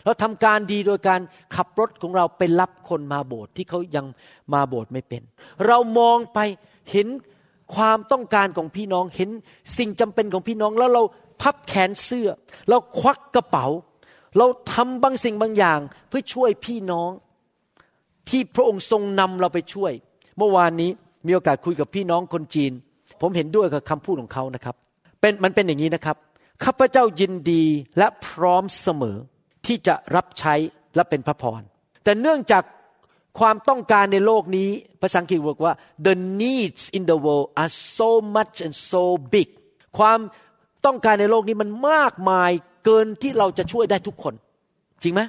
เราทำการดีโดยการขับรถของเราไปรับคนมาโบสถ์ที่เขายังมาโบสถ์ไม่เป็นเรามองไปเห็นความต้องการของพี่น้องเห็นสิ่งจำเป็นของพี่น้องแล้วเราพับแขนเสื้อเราควักกระเป๋าเราทำบางสิ่งบางอย่างเพื่อช่วยพี่น้องที่พระองค์ทรงนำเราไปช่วยเมื่อวานนี้มีโอกาสคุยกับพี่น้องคนจีนผมเห็นด้วยกับคำพูดของเขานะครับเป็นมันเป็นอย่างนี้นะครับข้าพเจ้ายินดีและพร้อมเสมอที่จะรับใช้และเป็นพระพรแต่เนื่องจากความต้องการในโลกนี้ภาษาอังกฤษบอกว่า the needs in the world are so much and so big ความต้องการในโลกนี้มันมากมายเกินที่เราจะช่วยได้ทุกคนจริงไหม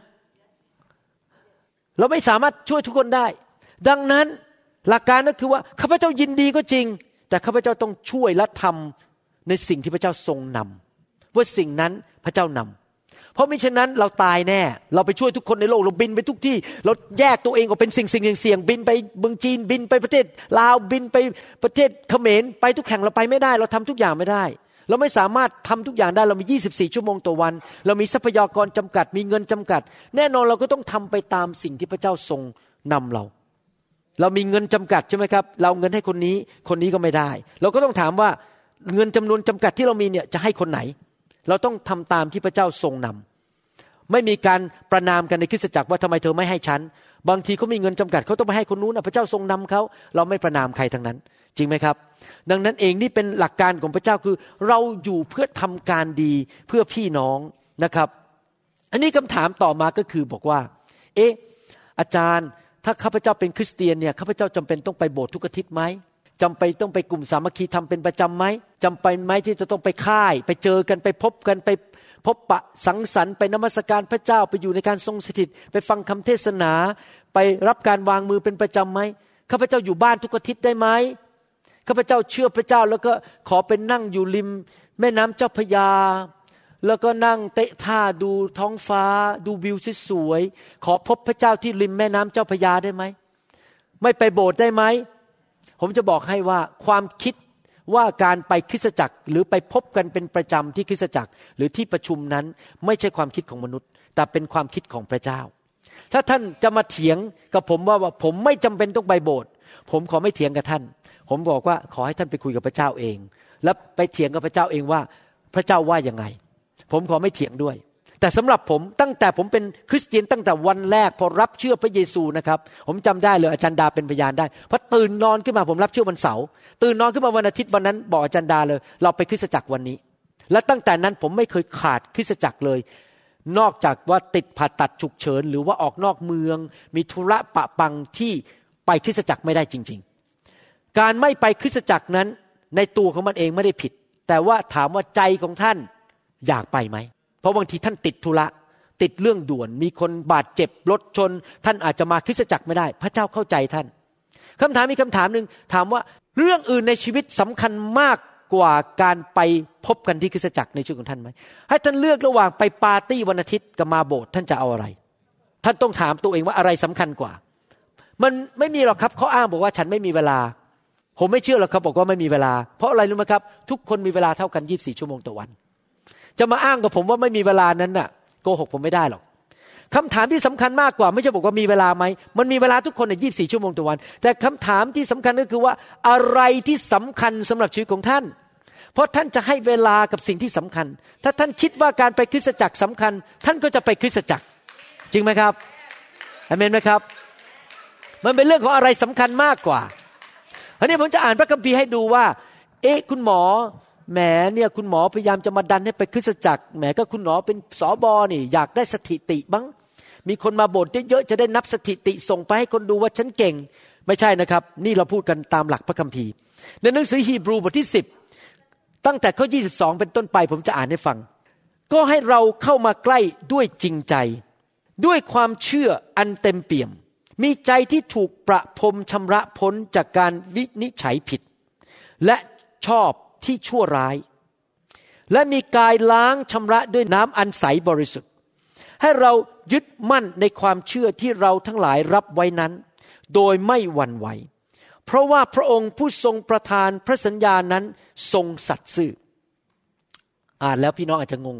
เราไม่สามารถช่วยทุกคนได้ดังนั้นหลักการก็คือว่าข้าพเจ้ายินดีก็จริงแต่ข้าพเจ้าต้องช่วยและทำในสิ่งที่พระเจ้าทรงนำว่าสิ่งนั้นพระเจ้านำเพราะมิฉะนั้นเราตายแน่เราไปช่วยทุกคนในโลกเราบินไปทุกที่เราแยกตัวเองออกเป็นสิ่งสิ่งเสี่ยงบินไปเมืองจีนบินไปประเทศลาวบินไปประเทศเขมรไปทุกแห่งเราไปไม่ได้เราทำทุกอย่างไม่ได้เราไม่สามารถทำทุกอย่างได้เรามียี่สิบสี่ชั่วโมงต่อวันเรามีทรัพยากรจำกัดมีเงินจำกัดแน่นอนเราก็ต้องทำไปตามสิ่งที่พระเจ้าทรงนำเราเรามีเงินจำกัดใช่ไหมครับเราเงินให้คนนี้คนนี้ก็ไม่ได้เราก็ต้องถามว่าเงินจำนวนจำกัดที่เรามีเนี่ยจะให้คนไหนเราต้องทำตามที่พระเจ้าทรงนำไม่มีการประนามกันในคริสตจักรว่าทำไมเธอไม่ให้ฉันบางทีเขามีเงินจำกัดเขาต้องไปให้คนนู้นพระเจ้าทรงนำเขาเราไม่ประนามใครทั้งนั้นจริงไหมครับดังนั้นเองนี่เป็นหลักการของพระเจ้าคือเราอยู่เพื่อทำการดีเพื่อพี่น้องนะครับอันนี้คำถามต่อมาก็คือบอกว่าเอ๊ะอาจารย์ถ้าข้าพเจ้าเป็นคริสเตียนเนี่ยข้าพเจ้าจำเป็นต้องไปโบสถ์ทุกอาทิตย์ไหมจำเป็นต้องไปกลุ่มสามัคคีทำเป็นประจำไหมจำเป็นไหมที่จะต้องไปค่ายไปเจอกันไปพบกันไปพบปะสังสรรค์ไปนมัสการพระเจ้าไปอยู่ในการทรงสถิตไปฟังคำเทศนาไปรับการวางมือเป็นประจำไหมข้าพเจ้าอยู่บ้านทุกอาทิตย์ได้ไหมข้าพเจ้าเชื่อพระเจ้าแล้วก็ขอเป็นนั่งอยู่ริมแม่น้ำเจ้าพระยาแล้วก็นั่งเตะท่าดูท้องฟ้าดูวิวสวยๆขอพบพระเจ้าที่ริมแม่น้ำเจ้าพระยาได้ไหมไม่ไปโบสถ์ได้ไหมผมจะบอกให้ว่าความคิดว่าการไปคริสตจักรหรือไปพบกันเป็นประจำที่คริสตจักรหรือที่ประชุมนั้นไม่ใช่ความคิดของมนุษย์แต่เป็นความคิดของพระเจ้าถ้าท่านจะมาเถียงกับผมว่าว่าผมไม่จำเป็นต้องไปโบสถ์ผมขอไม่เถียงกับท่านผมบอกว่าขอให้ท่านไปคุยกับพระเจ้าเองแล้วไปเถียงกับพระเจ้าเองว่าพระเจ้าว่ายังไงผมขอไม่เถียงด้วยแต่สำหรับผมตั้งแต่ผมเป็นคริสเตียนตั้งแต่วันแรกพอรับเชื่อพระเยซูนะครับผมจำได้เลยอาจารย์ดาเป็นพยานได้พอตื่นนอนขึ้นมาผมรับเชื่อวันเสาร์ตื่นนอนขึ้นมาวันอาทิตย์วันนั้นบอกอาจารย์ดาเลยเราไปคริสตจักรวันนี้และตั้งแต่นั้นผมไม่เคยขาดคริสตจักรเลยนอกจากว่าติดผ่าตัดฉุกเฉินหรือว่าออกนอกเมืองมีธุระปะปังที่ไปคริสตจักรไม่ได้จริงๆการไม่ไปคริสตจักรนั้นในตัวของมันเองไม่ได้ผิดแต่ว่าถามว่าใจของท่านอยากไปไหมเพราะบางทีท่านติดธุระติดเรื่องด่วนมีคนบาดเจ็บรถชนท่านอาจจะมาคริสตจักรไม่ได้พระเจ้าเข้าใจท่านคำถามมีคำถามนึงถามว่าเรื่องอื่นในชีวิตสำคัญมากกว่าการไปพบกันที่คริสตจักรในชีวิตของท่านไหมให้ท่านเลือกระหว่างไปปาร์ตี้วันอาทิตย์กับมาโบสถ์ท่านจะเอาอะไรท่านต้องถามตัวเองว่าอะไรสำคัญกว่ามันไม่มีหรอกครับเขาอ้างบอกว่าฉันไม่มีเวลาผมไม่เชื่อหรอกครับบอกว่าไม่มีเวลาเพราะอะไรรู้ไหมครับทุกคนมีเวลาเท่ากันยี่สิบสี่ชั่วโมงต่อวันจะมาอ้างกับผมว่าไม่มีเวลานั้นน่ะโกหกผมไม่ได้หรอกคำถามที่สำคัญมากกว่าไม่ใช่บอกว่ามีเวลาไหมมันมีเวลาทุกคนในยี่สิบสี่ชั่วโมงต่อวันแต่คำถามที่สำคัญก็คือว่าอะไรที่สำคัญสำหรับชีวิตของท่านเพราะท่านจะให้เวลากับสิ่งที่สำคัญถ้าท่านคิดว่าการไปคริสตจักรสำคัญท่านก็จะไปคริสตจักรจริงไหมครับอาเมนไหมครับมันเป็นเรื่องของอะไรสำคัญมากกว่าอันนี้ผมจะอ่านพระคัมภีร์ให้ดูว่าเอ๊ะคุณหมอแหมเนี่ยคุณหมอพยายามจะมาดันให้ไปคริสตจักรแหมก็คุณหมอเป็นสบนี่อยากได้สถิติบ้างมีคนมาโบสถ์เยอะๆจะได้นับสถิติส่งไปให้คนดูว่าฉันเก่งไม่ใช่นะครับนี่เราพูดกันตามหลักพระคัมภีร์ในหนังสือฮีบรูบทที่สิบตั้งแต่ข้อยี่สิบสองเป็นต้นไปผมจะอ่านให้ฟังก็ให้เราเข้ามาใกล้ด้วยจริงใจด้วยความเชื่ออันเต็มเปี่ยมมีใจที่ถูกประพรมชำระพ้นจากการวินิจฉัยผิดและชอบที่ชั่วร้ายและมีกายล้างชำระด้วยน้ำอันใสบริสุทธิ์ให้เรายึดมั่นในความเชื่อที่เราทั้งหลายรับไว้นั้นโดยไม่หวั่นไหวเพราะว่าพระองค์ผู้ทรงประทานพระสัญญานั้นทรงสัตย์ซื่ออ่านแล้วพี่น้องอาจจะงง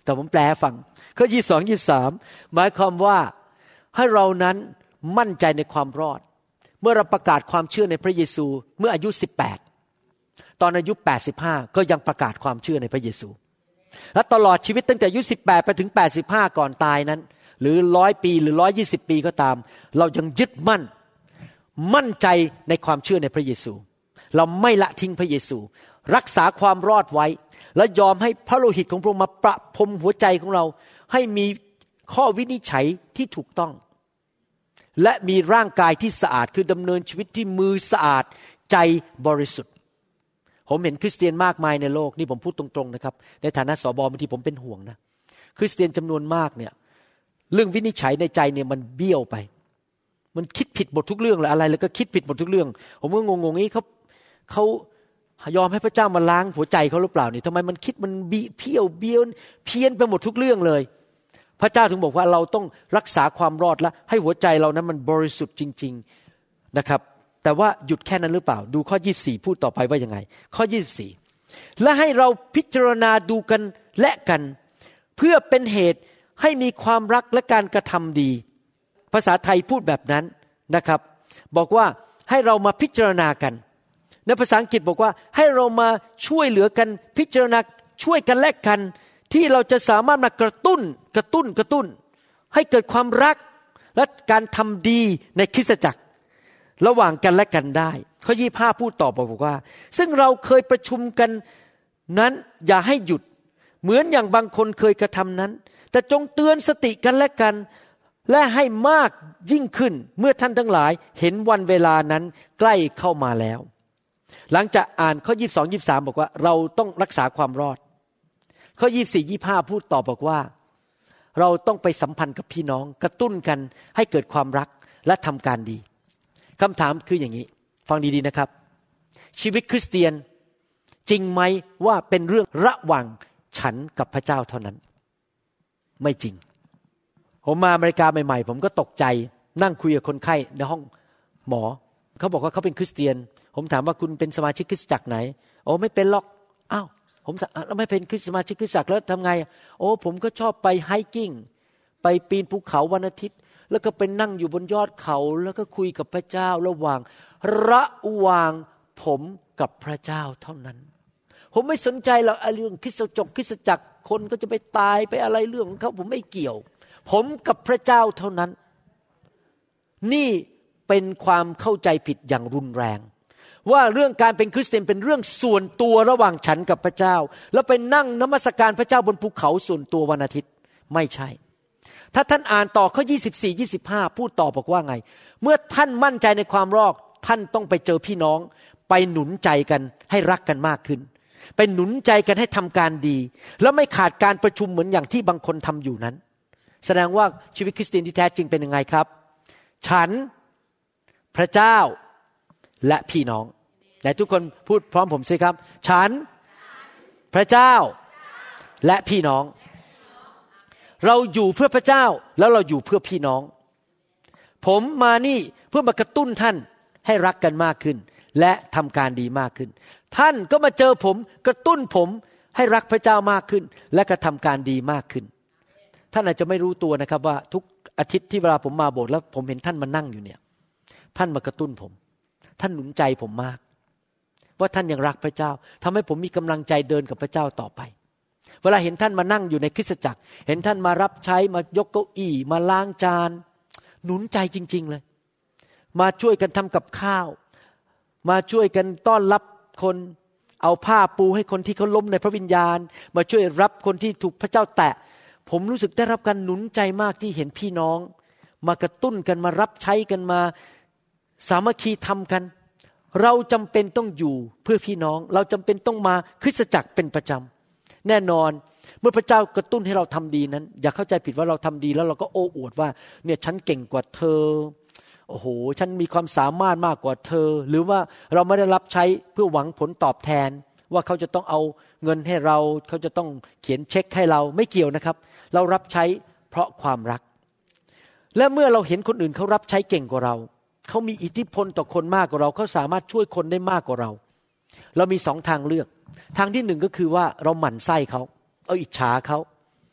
แต่ผมแปลฟังข้อยี่สิบสอง ยี่สิบสามหมายความว่าให้เรานั้นมั่นใจในความรอดเมื่อเราประกาศความเชื่อในพระเยซูเมื่ออายุสิบแปดตอนอายุแปดสิบห้าก็ยังประกาศความเชื่อในพระเยซูและตลอดชีวิตตั้งแต่อายุสิบแปดไปถึงแปดสิบห้าก่อนตายนั้นหรือร้อยปีหรือหนึ่งร้อยยี่สิบปีก็ตามเรายังยึดมั่นมั่นใจในความเชื่อในพระเยซูเราไม่ละทิ้งพระเยซูรักษาความรอดไว้และยอมให้พระโลหิตของพระองค์มาประพรมหัวใจของเราให้มีข้อวินิจฉัยที่ถูกต้องและมีร่างกายที่สะอาดคือดำเนินชีวิตที่มือสะอาดใจบริสุทธิ์ผมเห็นคริสเตียนมากมายในโลกนี่ผมพูดตรงๆนะครับในฐานะสบบางทีผมเป็นห่วงนะคริสเตียนจำนวนมากเนี่ยเรื่องวินิจฉัยในใจเนี่ยมันเบี้ยวไปมันคิดผิดหมดทุกเรื่องเลยอะไรแล้วก็คิดผิดหมดทุกเรื่องผมก็งงๆนี่เขาเขายอมให้พระเจ้ามาล้างหัวใจเขาหรือเปล่านี่ทำไมมันคิดมันบิเพี้ยวเบี้ยวเพี้ยนไปหมดทุกเรื่องเลยพระเจ้าถึงบอกว่าเราต้องรักษาความรอดและให้หัวใจเรานั้นมันบริสุทธิ์จริงๆนะครับแต่ว่าหยุดแค่นั้นหรือเปล่าดูข้อยี่สิบสี่พูดต่อไปว่ายังไงข้อยี่สิบสี่และให้เราพิจารณาดูกันและกันเพื่อเป็นเหตุให้มีความรักและการกระทำดีภาษาไทยพูดแบบนั้นนะครับบอกว่าให้เรามาพิจารณากันในภาษาอังกฤษบอกว่าให้เรามาช่วยเหลือกันพิจารณาช่วยกันและกันที่เราจะสามารถมากระตุ้นกระตุ้นกระตุ้นให้เกิดความรักและการทำดีในคริสตจักรระหว่างกันและกันได้ข้อยี่สิบห้าพูดต่อบอกว่าซึ่งเราเคยประชุมกันนั้นอย่าให้หยุดเหมือนอย่างบางคนเคยกระทำนั้นแต่จงเตือนสติกันและกันและให้มากยิ่งขึ้นเมื่อท่านทั้งหลายเห็นวันเวลานั้นใกล้เข้ามาแล้วหลังจากอ่านข้อยี่สิบสอง ยี่สิบสามบอกว่าเราต้องรักษาความรอดข้อยี่สิบสี่ ยี่สิบห้าพูดต่อบอกว่าเราต้องไปสัมพันธ์กับพี่น้องกระตุ้นกันให้เกิดความรักและทำการดีคำถามคืออย่างนี้ฟังดีๆนะครับชีวิตคริสเตียนจริงไหมว่าเป็นเรื่องระหว่างฉันกับพระเจ้าเท่านั้นไม่จริงผมมาอเมริกาใหม่ๆผมก็ตกใจนั่งคุยกับคนไข้ในห้องหมอเขาบอกว่าเขาเป็นคริสเตียนผมถามว่าคุณเป็นสมาชิกคริสตจักรไหนโอ้ไม่เป็นหรอกอ้าวผมแล้วไม่เป็นคริสต์สมาชิกคริสตจักรแล้วทำไงโอ้ผมก็ชอบไปไฮกิ้งไปปีนภูเขาวันอาทิตย์แล้วก็ไปนั่งอยู่บนยอดเขาแล้วก็คุยกับพระเจ้าระหว่างระหว่างผมกับพระเจ้าเท่านั้นผมไม่สนใจหรอกเรื่องคริสตจักรคริสตจักรคนก็จะไปตายไปอะไรเรื่องของเขาผมไม่เกี่ยวผมกับพระเจ้าเท่านั้นนี่เป็นความเข้าใจผิดอย่างรุนแรงว่าเรื่องการเป็นคริสเตียนเป็นเรื่องส่วนตัวระหว่างฉันกับพระเจ้าแล้วไปนั่งนมัสการพระเจ้าบนภูเขาส่วนตัววันอาทิตย์ไม่ใช่ถ้าท่านอ่านต่อข้อยี่สิบสี่ ยี่สิบห้าพูดต่อบอกว่าไงเมื่อท่านมั่นใจในความรอดท่านต้องไปเจอพี่น้องไปหนุนใจกันให้รักกันมากขึ้นไปหนุนใจกันให้ทำการดีแล้วไม่ขาดการประชุมเหมือนอย่างที่บางคนทำอยู่นั้นแสดงว่าชีวิตคริสเตียนที่แท้จริงเป็นยังไงครับฉันพระเจ้าและพี่น้องแต่ทุกคนพูดพร้อมผมสิครับฉันพระเจ้าและพี่น้องเราอยู่เพื่อพระเจ้าแล้วเราอยู่เพื่อพี่น้องผมมานี่เพื่อมากระตุ้นท่านให้รักกันมากขึ้นและทำการดีมากขึ้นท่านก็มาเจอผมกระตุ้นผมให้รักพระเจ้ามากขึ้นและกระทำการดีมากขึ้นท่านอาจจะไม่รู้ตัวนะครับว่าทุกอาทิตย์ที่เวลาผมมาโบสถ์แล้วผมเห็นท่านมานั่งอยู่เนี่ยท่านมากระตุ้นผมท่านหนุนใจผมมากว่าท่านยังรักพระเจ้าทำให้ผมมีกำลังใจเดินกับพระเจ้าต่อไปเวลาเห็นท่านมานั่งอยู่ในคริสตจักรเห็นท่านมารับใช้มายกเก้าอี้มาล้างจานหนุนใจจริงๆเลยมาช่วยกันทำกับข้าวมาช่วยกันต้อนรับคนเอาผ้าปูให้คนที่เขาล้มในพระวิญญาณมาช่วยรับคนที่ถูกพระเจ้าแตะผมรู้สึกได้รับการหนุนใจมากที่เห็นพี่น้องมากระตุ้นกันมารับใช้กันมาสามัคคีทำกันเราจำเป็นต้องอยู่เพื่อพี่น้องเราจำเป็นต้องมาคริสตจักรเป็นประจำแน่นอนเมื่อพระเจ้ากระตุ้นให้เราทำดีนั้นอย่าเข้าใจผิดว่าเราทำดีแล้วเราก็โอ้อวดว่าเนี่ยฉันเก่งกว่าเธอโอ้โหฉันมีความสามารถมากกว่าเธอหรือว่าเราไม่ได้รับใช้เพื่อหวังผลตอบแทนว่าเขาจะต้องเอาเงินให้เราเขาจะต้องเขียนเช็คให้เราไม่เกี่ยวนะครับเรารับใช้เพราะความรักและเมื่อเราเห็นคนอื่นเขารับใช้เก่งกว่าเราเขามีอิทธิพลต่อคนมากกว่าเราเขาสามารถช่วยคนได้มากกว่าเราเรามีสองทางเลือกทางที่หนึ่งก็คือว่าเราหมั่นไส้เขาเอาอิจฉาเขา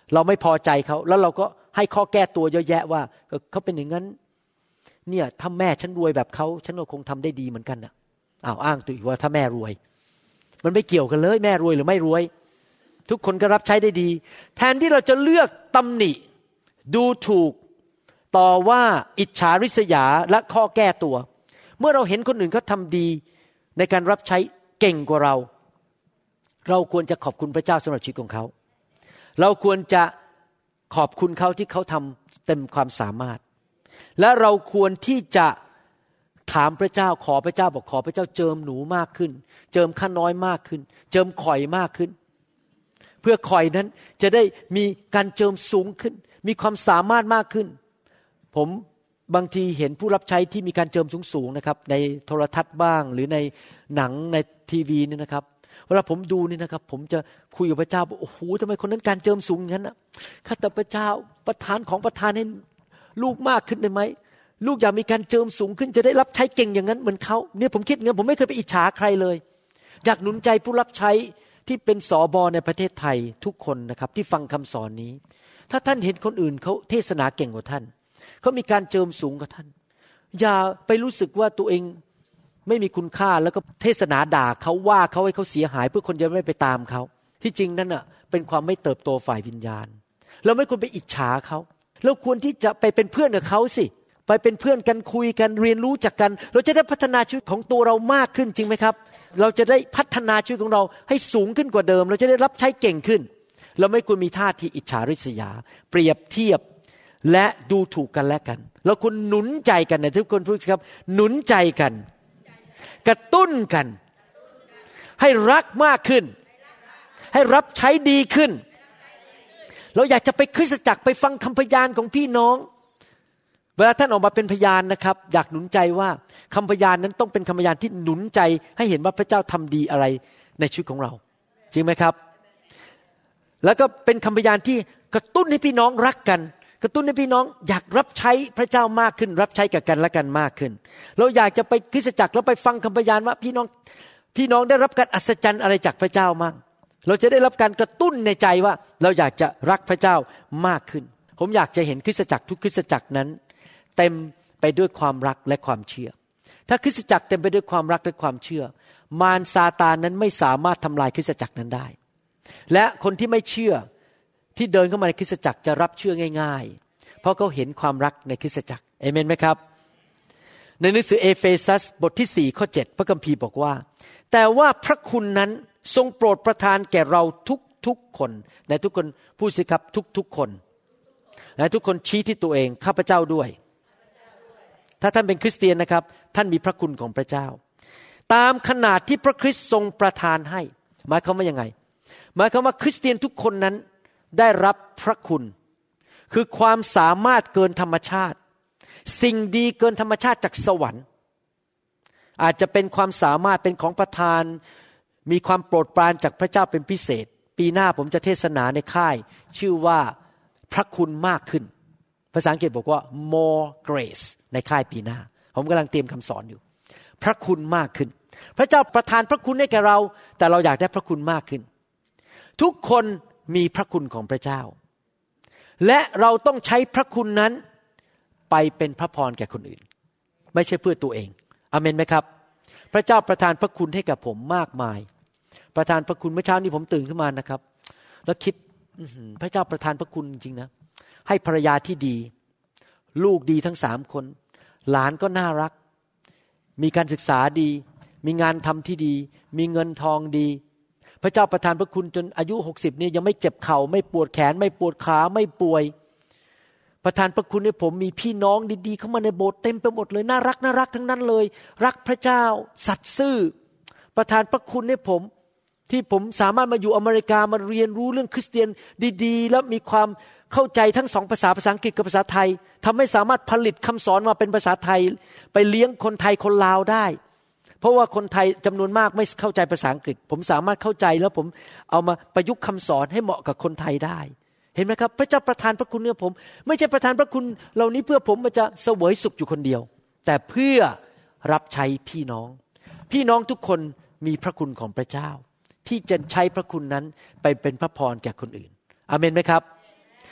เราไม่พอใจเขาแล้วเราก็ให้ข้อแก้ตัวเยอะแยะว่าเขาเป็นอย่างนั้นเนี่ยถ้าแม่ฉันรวยแบบเขาฉันก็คงทำได้ดีเหมือนกันนะอ้าวอ้างตัวอีกว่าถ้าแม่รวยมันไม่เกี่ยวกันเลยแม่รวยหรือไม่รวยทุกคนก็รับใช้ได้ดีแทนที่เราจะเลือกตำหนิดูถูกต่อว่าอิจฉาริษยาและข้อแก้ตัวเมื่อเราเห็นคนอื่นเขาทำดีในการรับใช้เก่งกว่าเราเราควรจะขอบคุณพระเจ้าสำหรับชีวิตของเขาเราควรจะขอบคุณเขาที่เขาทำเต็มความสามารถและเราควรที่จะถามพระเจ้าขอพระเจ้าบอกขอพระเจ้าเจิมหนูมากขึ้นเจิมข้าน้อยมากขึ้นเจิมข่อยมากขึ้นเพื่อข่อยนั้นจะได้มีการเจิมสูงขึ้นมีความสามารถมากขึ้นผมบางทีเห็นผู้รับใช้ที่มีการเจิมสูงๆนะครับในโทรทัศน์บ้างหรือในหนังในทีวีนี่นะครับเวลาผมดูนี่นะครับผมจะคุยกับพระเจ้าบอกโอ้โหทำไมคนนั้นการเจิมสูงอย่างนั้นนะข้าแต่พระเจ้าประทานของประทานให้ลูกมากขึ้นได้ไหมลูกอยากมีการเจิมสูงขึ้นจะได้รับใช้เก่งอย่างนั้นเหมือนเขาเนี่ยผมคิดอย่างนั้นผมไม่เคยไปอิจฉาใครเลยอยากหนุนใจผู้รับใช้ที่เป็นสบในประเทศไทยทุกคนนะครับที่ฟังคำสอนนี้ถ้าท่านเห็นคนอื่นเขาเทศนาเก่งกว่าท่านเขามีการเจิมสูงกว่าท่านอย่าไปรู้สึกว่าตัวเองไม่มีคุณค่าแล้วก็เทศนาด่าเขาว่าเขาให้เขาเสียหายเพื่อคนจะไม่ไปตามเขาที่จริงนั่นน่ะเป็นความไม่เติบโตฝ่ายวิญญาณเราไม่ควรไปอิจฉาเขาเราควรที่จะไปเป็นเพื่อนกับเขาสิไปเป็นเพื่อนกันคุยกันเรียนรู้จากกันเราจะได้พัฒนาชีวิตของตัวเรามากขึ้นจริงไหมครับเราจะได้พัฒนาชีวิตของเราให้สูงขึ้นกว่าเดิมเราจะได้รับใช้เก่งขึ้นเราไม่ควรมีท่าทีอิจฉาริษยาเปรียบเทียบและดูถูกกันและกันเราควรหนุนใจกันนะทุกคนพูดครับหนุนใจกันกระตุ้นกันให้รักมากขึ้นให้รับใช้ดีขึ้นเราอยากจะไปคริสตจักรไปฟังคำพยานของพี่น้องเวลาท่านออกมาเป็นพยานนะครับอยากหนุนใจว่าคำพยานนั้นต้องเป็นคำพยานที่หนุนใจให้เห็นว่าพระเจ้าทำดีอะไรในชีวิตของเราจริงไหมครับแล้วก็เป็นคำพยานที่กระตุ้นให้พี่น้องรักกันกระตุ้นให้พี่น้องอยากรับใช้พระเจ้ามากขึ้นรับใช้กับกันและกันมากขึ้นเราอยากจะไปคริสตจักรแล้วไปฟังคำพยานว่าพี่น้องพี่น้องได้รับการอัศจรรย์อะไรจากพระเจ้ามั่งเราจะได้รับการกระตุ้นในใจว่าเราอยากจะรักพระเจ้ามากขึ้นผมอยากจะเห็นคริสตจักรทุกคริสตจักรนั้นเต็มไปด้วยความรักและความเชื่อถ้าคริสตจักรเต็มไปด้วยความรักและความเชื่อมารซาตานนั้นไม่สามารถทำลายคริสตจักรนั้นได้และคนที่ไม่เชื่อที่เดินเข้ามาในคริสตจักรจะรับเชื่อง่ายๆเพราะเขาเห็นความรักในคริสตจักรเอเมนไหมครับในหนังสือเอเฟซัสบทที่สี่ข้อเจ็ดพระคัมภีร์บอกว่าแต่ว่าพระคุณนั้นทรงโปรดประทานแก่เราทุกๆคนในทุกคนพูดสิครับทุกๆคนและทุกคนชี้ที่ตัวเองข้าพเจ้าด้วยถ้าท่านเป็นคริสเตียนนะครับท่านมีพระคุณของพระเจ้าตามขนาดที่พระคริสต์ทรงประทานให้หมายความว่ายังไงหมายความว่าคริสเตียนทุกคนนั้นได้รับพระคุณคือความสามารถเกินธรรมชาติสิ่งดีเกินธรรมชาติจากสวรรค์อาจจะเป็นความสามารถเป็นของประทานมีความโปรดปรานจากพระเจ้าเป็นพิเศษปีหน้าผมจะเทศนาในค่ายชื่อว่าพระคุณมากขึ้นภาษาอังกฤษบอกว่า more grace ในค่ายปีหน้าผมกำลังเตรียมคำสอนอยู่พระคุณมากขึ้นพระเจ้าประทานพระคุณให้แก่เราแต่เราอยากได้พระคุณมากขึ้นทุกคนมีพระคุณของพระเจ้าและเราต้องใช้พระคุณนั้นไปเป็นพระพรแก่คนอื่นไม่ใช่เพื่อตัวเองอาเมนไหมครับพระเจ้าประทานพระคุณให้กับผมมากมายประทานพระคุณเมื่อเช้านี้ผมตื่นขึ้นมานะครับแล้วคิดพระเจ้าประทานพระคุณจริงๆนะให้ภรรยาที่ดีลูกดีทั้งสามคนหลานก็น่ารักมีการศึกษาดีมีงานทำที่ดีมีเงินทองดีพระเจ้าประทานพระคุณจนอายุหกสิบนี่ยังไม่เจ็บเข่าไม่ปวดแขนไม่ปวดขาไม่ป่วยประทานพระคุณให้ผมมีพี่น้องดีๆเข้ามาในโบสถ์เต็มไปหมดเลยน่ารักน่ารักทั้งนั้นเลยรักพระเจ้าสัตย์ซื่อประทานพระคุณให้ผมที่ผมสามารถมาอยู่อเมริกามาเรียนรู้เรื่องคริสเตียนดีๆแล้วมีความเข้าใจทั้งสองภาษาภาษาอังกฤษกับภาษาไทยทำให้สามารถผลิตคำสอนมาเป็นภาษาไทยไปเลี้ยงคนไทยคนลาวได้เพราะว่าคนไทยจำนวนมากไม่เข้าใจภาษาอังกฤษผมสามารถเข้าใจแล้วผมเอามาประยุกต์คำสอนให้เหมาะกับคนไทยได้เห็นไหมครับพระเจ้าประทานพระคุณให้ผมไม่ใช่ประทานพระคุณเหล่านี้เพื่อผมมันจะเสวยสุขอยู่คนเดียวแต่เพื่อรับใช้พี่น้องพี่น้องทุกคนมีพระคุณของพระเจ้าที่จะใช้พระคุณนั้นไปเป็นพระพรแก่คนอื่นอาเมนไหมครับ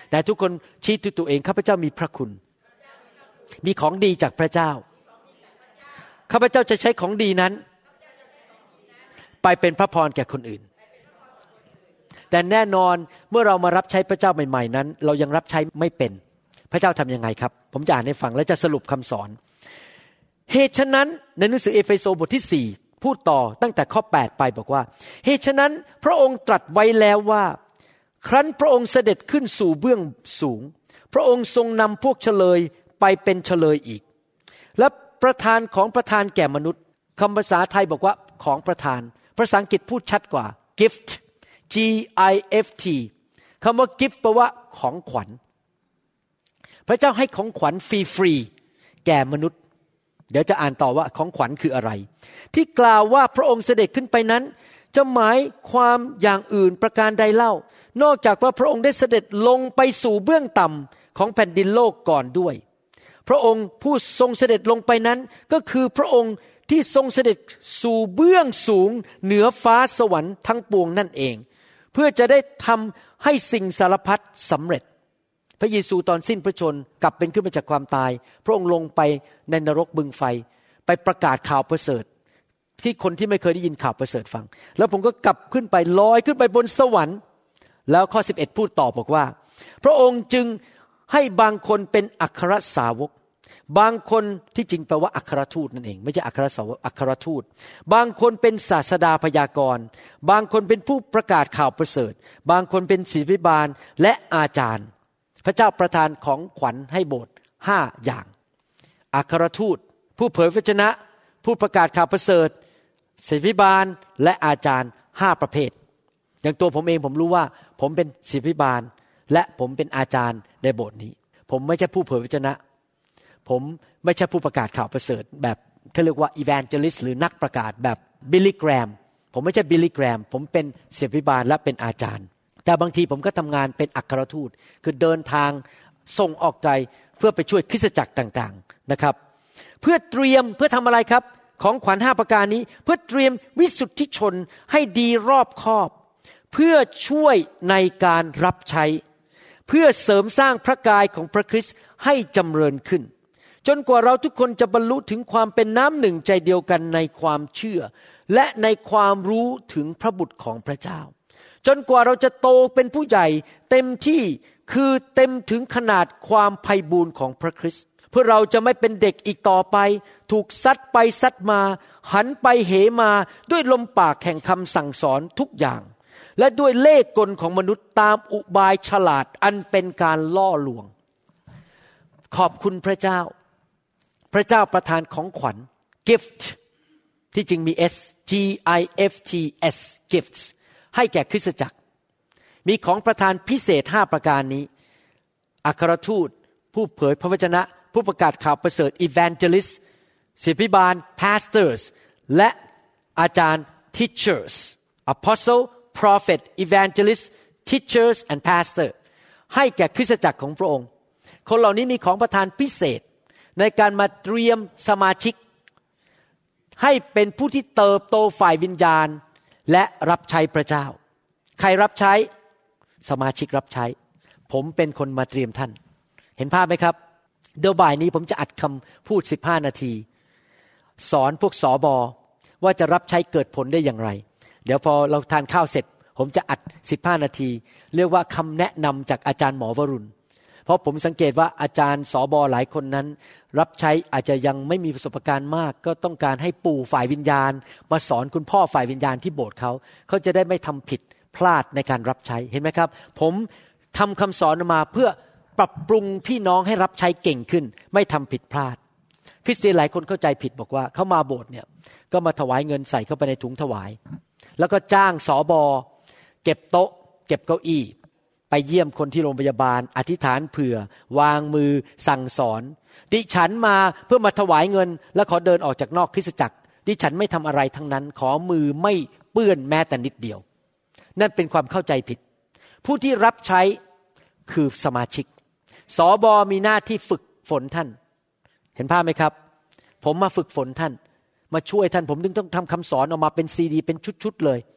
แต่ทุกคนชี้ตัวตัวเองข้าพเจ้ามีพระคุณมีของดีจากพระเจ้าข้าพเจ้าจะใช้ของดีนั้นไปเป็นพระพรแก่คนอื่นแต่แน่นอนเมื่อเรามารับใช้พระเจ้าใหม่ๆนั้นเรายังรับใช้ไม่เป็นพระเจ้าทำยังไงครับผมจะอ่านให้ฟังและจะสรุปคำสอนเหตุฉะนั้นในหนังสือเอเฟโซบทที่สี่พูดต่อตั้งแต่ข้อแปดไปบอกว่าเหตุฉะนั้นพระองค์ตรัสไว้แล้วว่าครั้นพระองค์เสด็จขึ้นสู่เบื้องสูงพระองค์ทรงนำพวกเฉลยไปเป็นเฉลยอีกและประทานของประทานแก่มนุษย์คำภาษาไทยบอกว่าของประทานภาษาอังกฤษพูดชัดกว่า gift G I F T คำว่า gift แปลว่าของขวัญพระเจ้าให้ของขวัญฟรีๆแก่มนุษย์เดี๋ยวจะอ่านต่อว่าของขวัญคืออะไรที่กล่าวว่าพระองค์เสด็จขึ้นไปนั้นจะหมายความอย่างอื่นประการใดเล่านอกจากว่าพระองค์ได้เสด็จลงไปสู่เบื้องต่ำของแผ่นดินโลกก่อนด้วยพระองค์ผู้ทรงเสด็จลงไปนั้นก็คือพระองค์ที่ทรงเสด็จสู่เบื้องสูงเหนือฟ้าสวรรค์ทั้งปวงนั่นเองเพื่อจะได้ทำให้สิ่งสารพัดสำเร็จพระเยซูตอนสิ้นพระชนม์กลับเป็นขึ้นมาจากความตายพระองค์ลงไปในนรกบึงไฟไปประกาศข่าวประเสริฐที่คนที่ไม่เคยได้ยินข่าวประเสริฐฟังแล้วผมก็กลับขึ้นไปลอยขึ้นไปบนสวรรค์แล้วข้อสิบเอ็ดพูดต่อบอกว่าพระองค์จึงให้บางคนเป็นอัครสาวกบางคนที่จริงแปลว่าอัครทูตนั่นเองไม่ใช่อัครสาวกอัครทูตบางคนเป็นศาสดาพยากรณ์บางคนเป็นผู้ประกาศข่าวประเสริฐบางคนเป็นศิษยาภิบาลและอาจารย์พระเจ้าประทานของขวัญให้โบสถ์ห้าอย่างอัครทูตผู้เผยพระวจนะผู้ประกาศข่าวประเสริฐศิษยาภิบาลและอาจารย์ห้าประเภทอย่างตัวผมเองผมรู้ว่าผมเป็นศิษยาภิบาลและผมเป็นอาจารย์ในโบสถ์นี้ผมไม่ใช่ผู้เผยพระวจนะผมไม่ใช่ผู้ประกาศข่าวประเสริฐแบบเขาเรียกว่า evangelist หรือนักประกาศแบบบิลลี่แกรมผมไม่ใช่บิลลี่แกรมผมเป็นศิษยาภิบาลและเป็นอาจารย์แต่บางทีผมก็ทำงานเป็นอัครทูตคือเดินทางส่งออกใจเพื่อไปช่วยคริสตจักรต่างๆนะครับเพื่อเตรียมเพื่อทำอะไรครับของขวัญห้าประการนี้เพื่อเตรียมวิสุทธิชนให้ดีรอบคอบเพื่อช่วยในการรับใช้เพื่อเสริมสร้างพระกายของพระคริสต์ให้จำเริญขึ้นจนกว่าเราทุกคนจะบรรลุถึงความเป็นน้ำหนึ่งใจเดียวกันในความเชื่อและในความรู้ถึงพระบุตรของพระเจ้าจนกว่าเราจะโตเป็นผู้ใหญ่เต็มที่คือเต็มถึงขนาดความไพบูลย์ของพระคริสต์เพื่อเราจะไม่เป็นเด็กอีกต่อไปถูกซัดไปซัดมาหันไปเหมาด้วยลมปากแห่งคำสั่งสอนทุกอย่างและด้วยเล่ห์กลของมนุษย์ตามอุบายฉลาดอันเป็นการล่อลวงขอบคุณพระเจ้าพระเจ้าประทานของขวัญ gift ที่จริงมี s g i f t s gifts ให้แก่คริสตจักรมีของประทานพิเศษห้าประการนี้อัครทูตผู้เผยพระวจนะผู้ประกาศข่าวประเสริฐ evangelist ศิษยาภิบาล pastors และอาจารย์ teachers apostle prophet evangelist teachers and pastor ให้แก่คริสตจักรของพระองค์คนเหล่านี้มีของประทานพิเศษในการมาเตรียมสมาชิกให้เป็นผู้ที่เติบโตฝ่ายวิญญาณและรับใช้พระเจ้าใครรับใช้สมาชิกรับใช้ผมเป็นคนมาเตรียมท่านเห็นภาพไหมครับเดี๋ยวบ่ายนี้ผมจะอัดคำพูดสิบห้านาทีสอนพวกสบว่าจะรับใช้เกิดผลได้อย่างไรเดี๋ยวพอเราทานข้าวเสร็จผมจะอัดสิบห้านาทีเรียกว่าคำแนะนำจากอาจารย์หมอวรุณเพราะผมสังเกตว่าอาจารย์สบหลายคนนั้นรับใช้อาจจะยังไม่มีประสบการณ์มากก็ต้องการให้ปู่ฝ่ายวิญญาณมาสอนคุณพ่อฝ่ายวิญญาณที่โบสถ์เขาเขาจะได้ไม่ทำผิดพลาดในการรับใช้เห็นไหมครับผมทำคำสอนมาเพื่อปรับปรุงพี่น้องให้รับใช้เก่งขึ้นไม่ทำผิดพลาดคริสเตียนหลายคนเข้าใจผิดบอกว่าเขามาโบสถ์เนี่ยก็มาถวายเงินใส่เข้าไปในถุงถวายแล้วก็จ้างสบเก็บโต๊ะเก็บเก้าอี้ไปเยี่ยมคนที่โรงพยาบาลอธิษฐานเผื่อวางมือสั่งสอนดิฉันมาเพื่อมาถวายเงินแล้วขอเดินออกจากนอกคริสตจักรดิฉันไม่ทำอะไรทั้งนั้นขอมือไม่เปื้อนแม้แต่นิดเดียวนั่นเป็นความเข้าใจผิดผู้ที่รับใช้คือสมาชิกสบมีหน้าที่ฝึกฝนท่านเห็นภาพไหมครับผมมาฝึกฝนท่านมาช่วยท่านผมถึงต้องทำคำสอนออกมาเป็นซีดีเป็นชุดๆเลย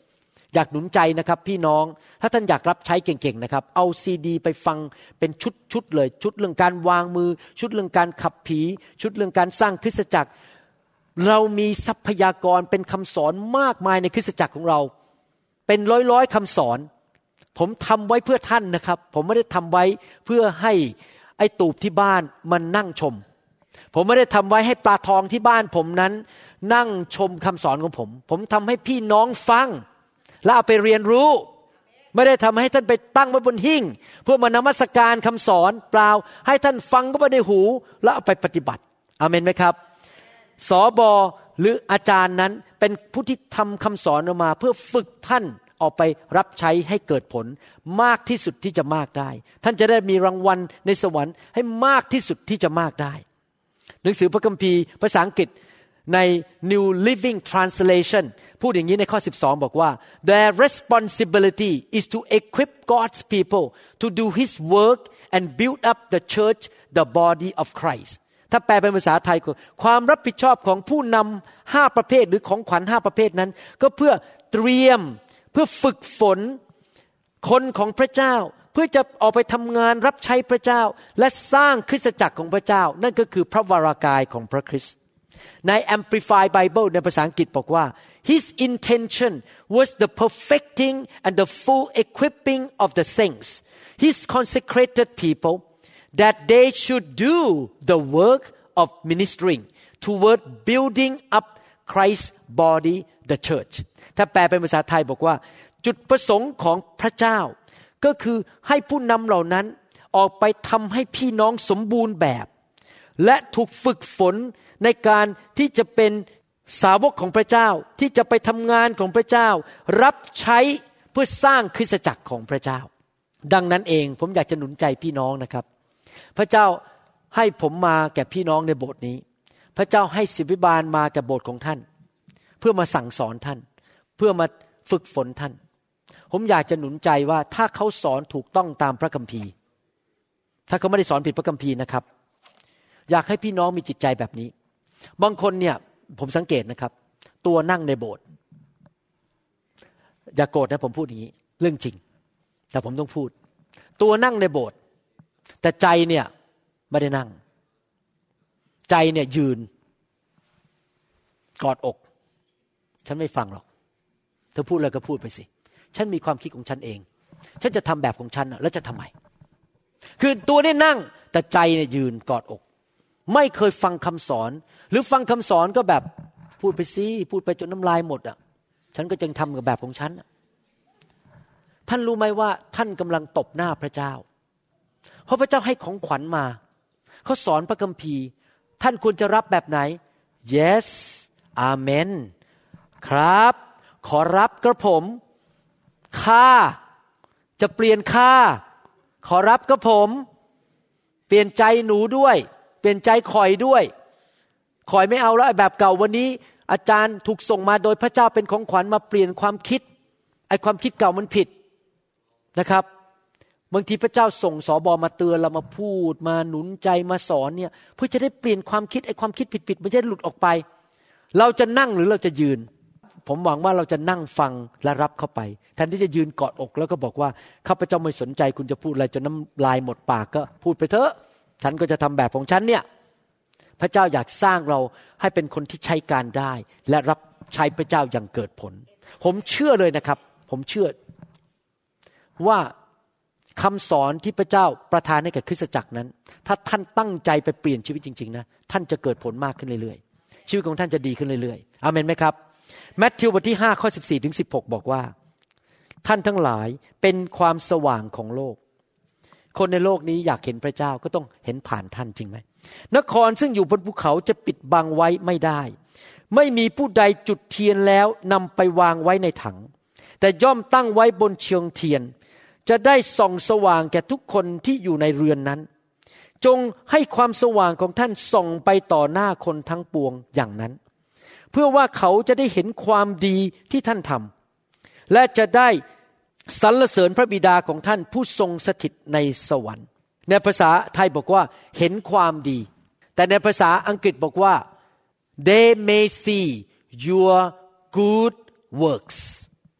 อยากหนุนใจนะครับพี่น้องถ้าท่านอยากรับใช้เก่งๆนะครับเอาซีดีไปฟังเป็นชุดๆเลยชุดเรื่องการวางมือชุดเรื่องการขับผีชุดเรื่องการสร้างคริสตจักรเรามีทรัพยากรเป็นคำสอนมากมายในคริสตจักรของเราเป็นร้อยๆคำสอนผมทำไว้เพื่อท่านนะครับผมไม่ได้ทำไว้เพื่อให้ไอ้ตูบที่บ้านมันนั่งชมผมไม่ได้ทำไว้ให้ปลาทองที่บ้านผมนั้นนั่งชมคำสอนของผมผมทำให้พี่น้องฟังและเอาไปเรียนรู้ไม่ได้ทำให้ท่านไปตั้งไว้บนหิ้งเพื่อมานมัสการคำสอนเปล่าให้ท่านฟังเข้าไปในหูแล้วเอาไปปฏิบัติอาเมนไหมครับสบหรืออาจารย์นั้นเป็นผู้ที่ทำคำสอนออกมาเพื่อฝึกท่านออกไปรับใช้ให้เกิดผลมากที่สุดที่จะมากได้ท่านจะได้มีรางวัลในสวรรค์ให้มากที่สุดที่จะมากได้หนังสือพระคัมภีร์ภาษาอังกฤษใน New Living Translation พูดอย่างนี้ในข้อสิบสองบอกว่า Their responsibility is to equip God's people to do His work and build up the church, the body of Christ ถ้าแปลเป็นภาษาไทยก็ความรับผิดชอบของผู้นำห้าประเภทหรือของขวัญห้าประเภทนั้นก็เพื่อเตรียมเพื่อฝึกฝนคนของพระเจ้าเพื่อจะออกไปทำงานรับใช้พระเจ้าและสร้างคริสตจักรของพระเจ้านั่นก็คือพระวรากายของพระคริสต์ใน Amplified Bible ในภาษาอังกฤษบอกว่า His intention was the perfecting and the full equipping of the saints His consecrated people that they should do the work of ministering toward building up Christ's body the church ถ้าแปลเป็นภาษาไทยบอกว่าจุดประสงค์ของพระเจ้าก็คือให้ผู้นำเหล่านั้นออกไปทำให้พี่น้องสมบูรณ์แบบและถูกฝึกฝนในการที่จะเป็นสาวกของพระเจ้าที่จะไปทำงานของพระเจ้ารับใช้เพื่อสร้างคริสตจักรของพระเจ้าดังนั้นเองผมอยากจะหนุนใจพี่น้องนะครับพระเจ้าให้ผมมาแก่พี่น้องในโบสถ์นี้พระเจ้าให้ศิษยาภิบาลมาแก่โบสถ์ของท่านเพื่อมาสั่งสอนท่านเพื่อมาฝึกฝนท่านผมอยากจะหนุนใจว่าถ้าเขาสอนถูกต้องตามพระคัมภีร์ถ้าเขาไม่ได้สอนผิดพระคัมภีร์นะครับอยากให้พี่น้องมีจิตใจแบบนี้บางคนเนี่ยผมสังเกตนะครับตัวนั่งในโบสถ์อย่าโกรธนะผมพูดอย่างนี้เรื่องจริงแต่ผมต้องพูดตัวนั่งในโบสถ์แต่ใจเนี่ยไม่ได้นั่งใจเนี่ยยืนกอดอกฉันไม่ฟังหรอกเธอพูดอะไรก็พูดไปสิฉันมีความคิดของฉันเองฉันจะทำแบบของฉันแล้วจะทำไมคือตัวนี่นั่งแต่ใจเนี่ยยืนกอดอกไม่เคยฟังคำสอนหรือฟังคำสอนก็แบบพูดไปสิพูดไปจนน้ำลายหมดอ่ะฉันก็จึงทำกับแบบของฉันท่านรู้ไหมว่าท่านกำลังตบหน้าพระเจ้าเพราะพระเจ้าให้ของขวัญมาเขาสอนพระคัมภีร์ท่านควรจะรับแบบไหน yes amen ครับขอรับกระผมค่าจะเปลี่ยนค่าขอรับกระผมเปลี่ยนใจหนูด้วยเปลี่ยนใจข่อยด้วยข่อยไม่เอาแล้วไอ้แบบเก่าวันนี้อาจารย์ถูกส่งมาโดยพระเจ้าเป็นของขวัญมาเปลี่ยนความคิดไอ้ความคิดเก่ามันผิดนะครับบางทีพระเจ้าส่งสบมาเตือนเรามาพูดมาหนุนใจมาสอนเนี่ยเพื่อจะได้เปลี่ยนความคิดไอ้ความคิดผิดๆมันจะหลุดออกไปเราจะนั่งหรือเราจะยืนผมหวังว่าเราจะนั่งฟังและรับเข้าไปแทนที่จะยืนกอดอกแล้วก็บอกว่าข้าพเจ้าไม่สนใจคุณจะพูดอะไรจนน้ำลายหมดปากก็พูดไปเถอะฉันก็จะทำแบบของฉันเนี่ยพระเจ้าอยากสร้างเราให้เป็นคนที่ใช้การได้และรับใช้พระเจ้าอย่างเกิดผลผมเชื่อเลยนะครับผมเชื่อว่าคำสอนที่พระเจ้าประทานให้กับคริสตจักรนั้นถ้าท่านตั้งใจไปเปลี่ยนชีวิตจริงๆนะท่านจะเกิดผลมากขึ้นเรื่อยๆชีวิตของท่านจะดีขึ้นเรื่อยๆอาเมนไหมครับมัทธิวบทที่ห้าข้อสิบสี่ถึงสิบหกบอกว่าท่านทั้งหลายเป็นความสว่างของโลกคนในโลกนี้อยากเห็นพระเจ้าก็ต้องเห็นผ่านท่านจริงไหมนครซึ่งอยู่บนภูเขาจะปิดบังไว้ไม่ได้ไม่มีผู้ใดจุดเทียนแล้วนำไปวางไว้ในถังแต่ย่อมตั้งไว้บนเชิงเทียนจะได้ส่องสว่างแก่ทุกคนที่อยู่ในเรือนนั้นจงให้ความสว่างของท่านส่องไปต่อหน้าคนทั้งปวงอย่างนั้นเพื่อว่าเขาจะได้เห็นความดีที่ท่านทำและจะได้สรรเสริญพระบิดาของท่านผู้ทรงสถิตในสวรรค์ในภาษาไทยบอกว่าเห็นความดีแต่ในภาษาอังกฤษบอกว่า they may see your good works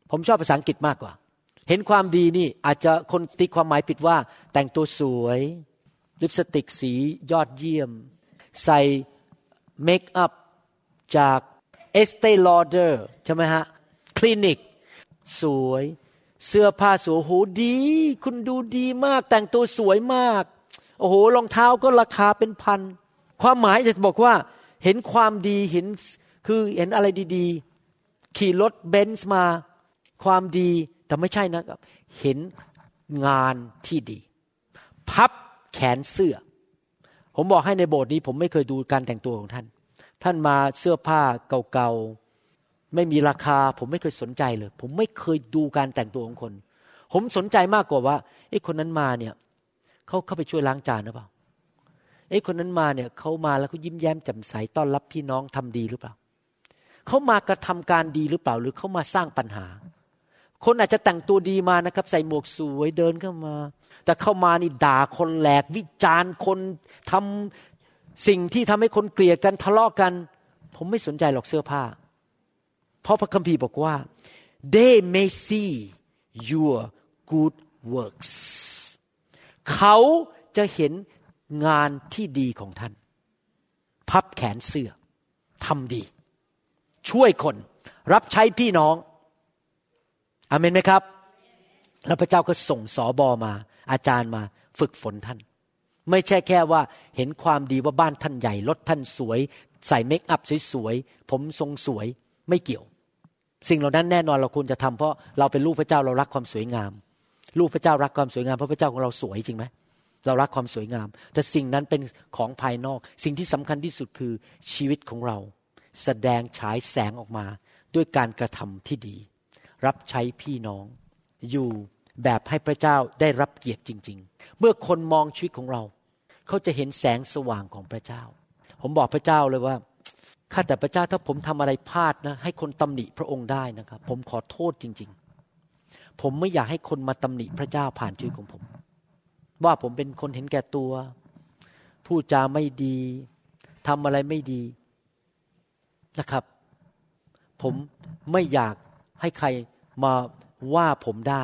ผมชอบภาษาอังกฤษมากกว่าเห็นความดีนี่อาจจะคนตีความหมายผิดว่าแต่งตัวสวยลิปสติกสียอดเยี่ยมใส่เมคอัพจากเอสเตลอเดอร์ใช่ไหมฮะคลินิกสวยเสื้อผ้าสวยโหดีคุณดูดีมากแต่งตัวสวยมากโอ้โหรองเท้าก็ราคาเป็นพันความหมายจะบอกว่าเห็นความดีเห็นคือเห็นอะไรดีๆขี่รถเบนซ์มาความดีแต่ไม่ใช่นะครับเห็นงานที่ดีพับแขนเสื้อผมบอกให้ในโบสถ์นี้ผมไม่เคยดูการแต่งตัวของท่านท่านมาเสื้อผ้าเก่าๆไม่มีราคาผมไม่เคยสนใจเลยผมไม่เคยดูการแต่งตัวของคนผมสนใจมากกว่าว่าไอ้คนนั้นมาเนี่ยเขาเข้าไปช่วยล้างจานหรือเปล่าไอ้คนนั้นมาเนี่ยเขามาแล้วเขายิ้มแย้มแจ่มใสต้อนรับพี่น้องทำดีหรือเปล่าเขามากระทำการดีหรือเปล่าหรือเขามาสร้างปัญหาคนอาจจะแต่งตัวดีมานะครับใส่หมวกสวยเดินเข้ามาแต่เข้ามานี่ด่าคนแหลกวิจารณ์คนทำสิ่งที่ทำให้คนเกลียดกันทะเลาะกันผมไม่สนใจหรอกเสื้อผ้าเพราะพระคัมภีร์บอกว่า they may see your good works เขาจะเห็นงานที่ดีของท่านพับแขนเสื้อทำดีช่วยคนรับใช้พี่น้องอาเมนไหมครับแล้วพระเจ้าก็ส่งสบมาอาจารย์มาฝึกฝนท่านไม่ใช่แค่ว่าเห็นความดีว่าบ้านท่านใหญ่รถท่านสวยใส่เมคอัพสวยๆผมทรงสวยไม่เกี่ยวสิ่งเหล่านั้นแน่นอนเราควรจะทำเพราะเราเป็นลูกพระเจ้าเรารักความสวยงามลูกพระเจ้ารักความสวยงามเพราะพระเจ้าของเราสวยจริงไหมเรารักความสวยงามแต่สิ่งนั้นเป็นของภายนอกสิ่งที่สำคัญที่สุดคือชีวิตของเราแสดงฉายแสงออกมาด้วยการกระทำที่ดีรับใช้พี่น้องอยู่แบบให้พระเจ้าได้รับเกียรติจริงๆเมื่อคนมองชีวิตของเราเขาจะเห็นแสงสว่างของพระเจ้าผมบอกพระเจ้าเลยว่าข้าแต่พระเจ้าถ้าผมทำอะไรพลาดนะให้คนตำหนิพระองค์ได้นะครับผมขอโทษจริงๆผมไม่อยากให้คนมาตำหนิพระเจ้าผ่านชีวิตของผมว่าผมเป็นคนเห็นแก่ตัวพูดจาไม่ดีทำอะไรไม่ดีนะครับผมไม่อยากให้ใครมาว่าผมได้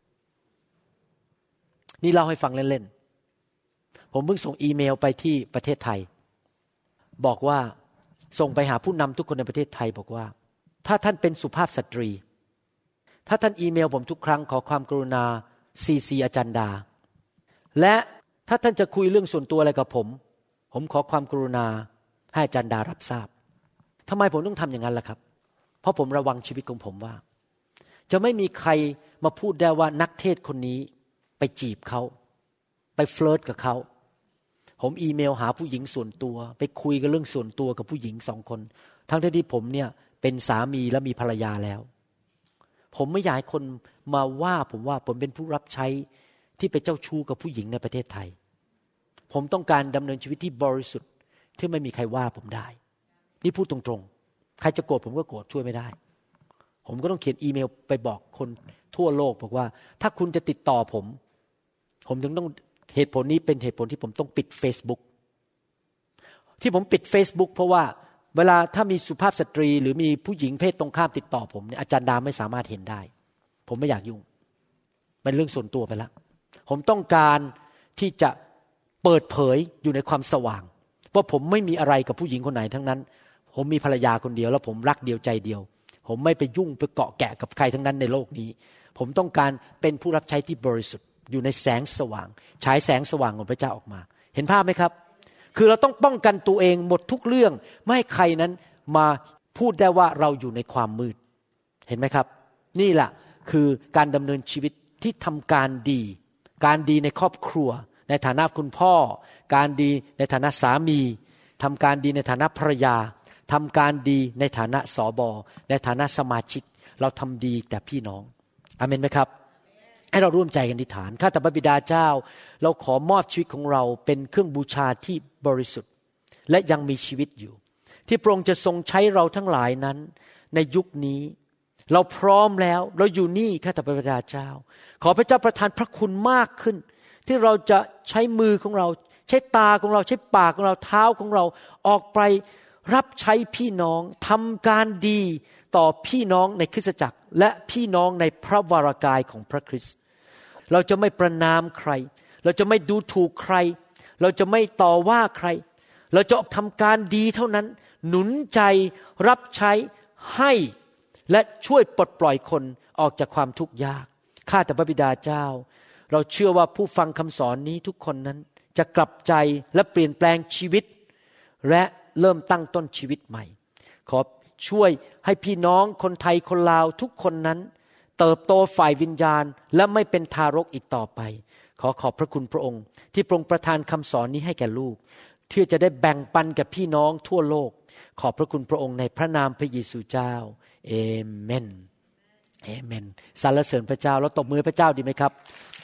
นี่เล่าให้ฟังเล่นๆผมเพิ่งส่งอีเมลไปที่ประเทศไทยบอกว่าส่งไปหาผู้นำทุกคนในประเทศไทยบอกว่าถ้าท่านเป็นสุภาพสตรีถ้าท่านอีเมลผมทุกครั้งขอความกรุณาซีซีอาจารย์ดาและถ้าท่านจะคุยเรื่องส่วนตัวอะไรกับผมผมขอความกรุณาให้อาจารย์ดารับทราบทำไมผมต้องทำอย่างนั้นล่ะครับเพราะผมระวังชีวิตของผมว่าจะไม่มีใครมาพูดได้ว่านักเทศคนนี้ไปจีบเขาไปเฟลิร์ตกับเขาผมอีเมลหาผู้หญิงส่วนตัวไปคุยกันเรื่องส่วนตัวกับผู้หญิงสองคนทั้งที่ผมเนี่ยเป็นสามีและมีภรรยาแล้วผมไม่อยากให้คนมาว่าผมว่าผมเป็นผู้รับใช้ที่เป็นเจ้าชู้กับผู้หญิงในประเทศไทยผมต้องการดำเนินชีวิตที่บริสุทธิ์ที่ไม่มีใครว่าผมได้นี่พูดตรงๆใครจะโกรธผมก็โกรธช่วยไม่ได้ผมก็ต้องเขียนอีเมลไปบอกคนทั่วโลกบอกว่าถ้าคุณจะติดต่อผมผมถึงต้องเหตุผลนี้เป็นเหตุผลที่ผมต้องปิด Facebook ที่ผมปิด Facebook เพราะว่าเวลาถ้ามีสุภาพสตรีหรือมีผู้หญิงเพศตรงข้ามติดต่อผมเนี่ยอาจารย์ดาไม่สามารถเห็นได้ผมไม่อยากยุ่งเป็นเรื่องส่วนตัวไปแล้วผมต้องการที่จะเปิดเผยอยู่ในความสว่างว่าผมไม่มีอะไรกับผู้หญิงคนไหนทั้งนั้นผมมีภรรยาคนเดียวแล้วผมรักเดียวใจเดียวผมไม่ไปยุ่งไปเกาะแกะกับใครทั้งนั้นในโลกนี้ผมต้องการเป็นผู้รับใช้ที่บริสุทธิ์อยู่ในแสงสว่างฉายแสงสว่างของพระเจ้าออกมาเห็นภาพไหมครับคือเราต้องป้องกันตัวเองหมดทุกเรื่องไม่ให้ใครนั้นมาพูดได้ว่าเราอยู่ในความมืดเห็นไหมครับนี่แหละคือการดำเนินชีวิตที่ทำการดีการดีในครอบครัวในฐานะคุณพ่อการดีในฐานะสามีทำการดีในฐานะภรรยาทำการดีในฐานะสบในฐานะสมาชิกเราทำดีแต่พี่น้องอาเมนไหมครับให้เราร่วมใจกันอธิษฐานข้าแต่พระบิดาเจ้าเราขอมอบชีวิตของเราเป็นเครื่องบูชาที่บริสุทธิ์และยังมีชีวิตอยู่ที่พระองค์จะทรงใช้เราทั้งหลายนั้นในยุคนี้เราพร้อมแล้วเราอยู่นี่ข้าแต่พระบิดาเจ้าขอพระเจ้าประทานพระคุณมากขึ้นที่เราจะใช้มือของเราใช้ตาของเราใช้ปากของเราเท้าของเราออกไปรับใช้พี่น้องทำการดีต่อพี่น้องในคริสตจักรและพี่น้องในพระวรากายของพระคริสต์เราจะไม่ประณามใครเราจะไม่ดูถูกใครเราจะไม่ต่อว่าใครเราจะทำการดีเท่านั้นหนุนใจรับใช้ให้และช่วยปลดปล่อยคนออกจากความทุกข์ยากข้าแต่พระบิดาเจ้าเราเชื่อว่าผู้ฟังคำสอนนี้ทุกคนนั้นจะกลับใจและเปลี่ยนแปลงชีวิตและเริ่มตั้งต้นชีวิตใหม่ขอช่วยให้พี่น้องคนไทยคนลาวทุกคนนั้นเติบโตฝ่ายวิญญาณและไม่เป็นทารกอีกต่อไปขอขอบพระคุณพระองค์ที่ทรงประทานคำสอนนี้ให้แก่ลูกที่จะได้แบ่งปันกับพี่น้องทั่วโลกขอบพระคุณพระองค์ในพระนามพระเยซูเจ้าเอเมนเอเมนสรรเสริญพระเจ้าเราตบมือพระเจ้าดีไหมครับ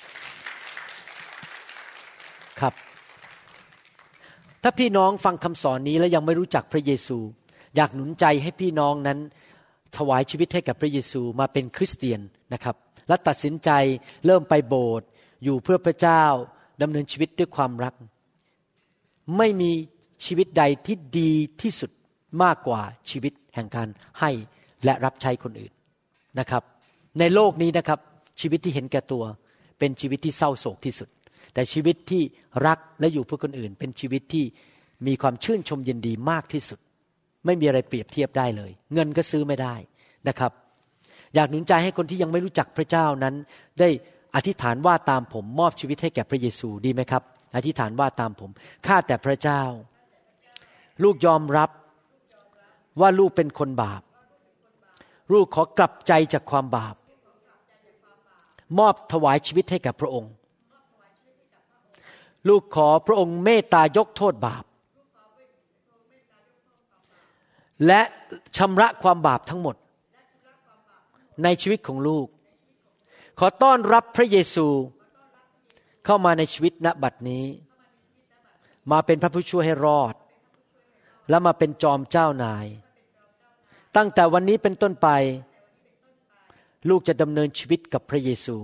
ครับถ้าพี่น้องฟังคำสอนนี้แล้วยังไม่รู้จักพระเยซูอยากหนุนใจให้พี่น้องนั้นถวายชีวิตให้กับพระเยซูมาเป็นคริสเตียนนะครับและตัดสินใจเริ่มไปโบสถ์อยู่เพื่อพระเจ้าดำเนินชีวิตด้วยความรักไม่มีชีวิตใดที่ดีที่สุดมากกว่าชีวิตแห่งการให้และรับใช้คนอื่นนะครับในโลกนี้นะครับชีวิตที่เห็นแก่ตัวเป็นชีวิตที่เศร้าโศกที่สุดแต่ชีวิตที่รักและอยู่เพื่อคนอื่นเป็นชีวิตที่มีความชื่นชมยินดีมากที่สุดไม่มีอะไรเปรียบเทียบได้เลยเงินก็ซื้อไม่ได้นะครับอยากหนุนใจให้คนที่ยังไม่รู้จักพระเจ้านั้นได้อธิษฐานว่าตามผมมอบชีวิตให้แก่พระเยซูดีไหมครับอธิษฐานว่าตามผมข้าแต่พระเจ้าลูกยอมรับว่าลูกเป็นคนบาปลูกขอกลับใจจากความบาปมอบถวายชีวิตให้แก่พระองค์ลูกขอพระองค์เมตตายกโทษบาปและชำระความบาปทั้งหมดในชีวิตของลูกขอต้อนรับพระเยซูเข้ามาในชีวิตณบัดนี้มาเป็นพระผู้ช่วยให้รอดและมาเป็นจอมเจ้านายตั้งแต่วันนี้เป็นต้นไปลูกจะดำเนินชีวิตกับพระเยซู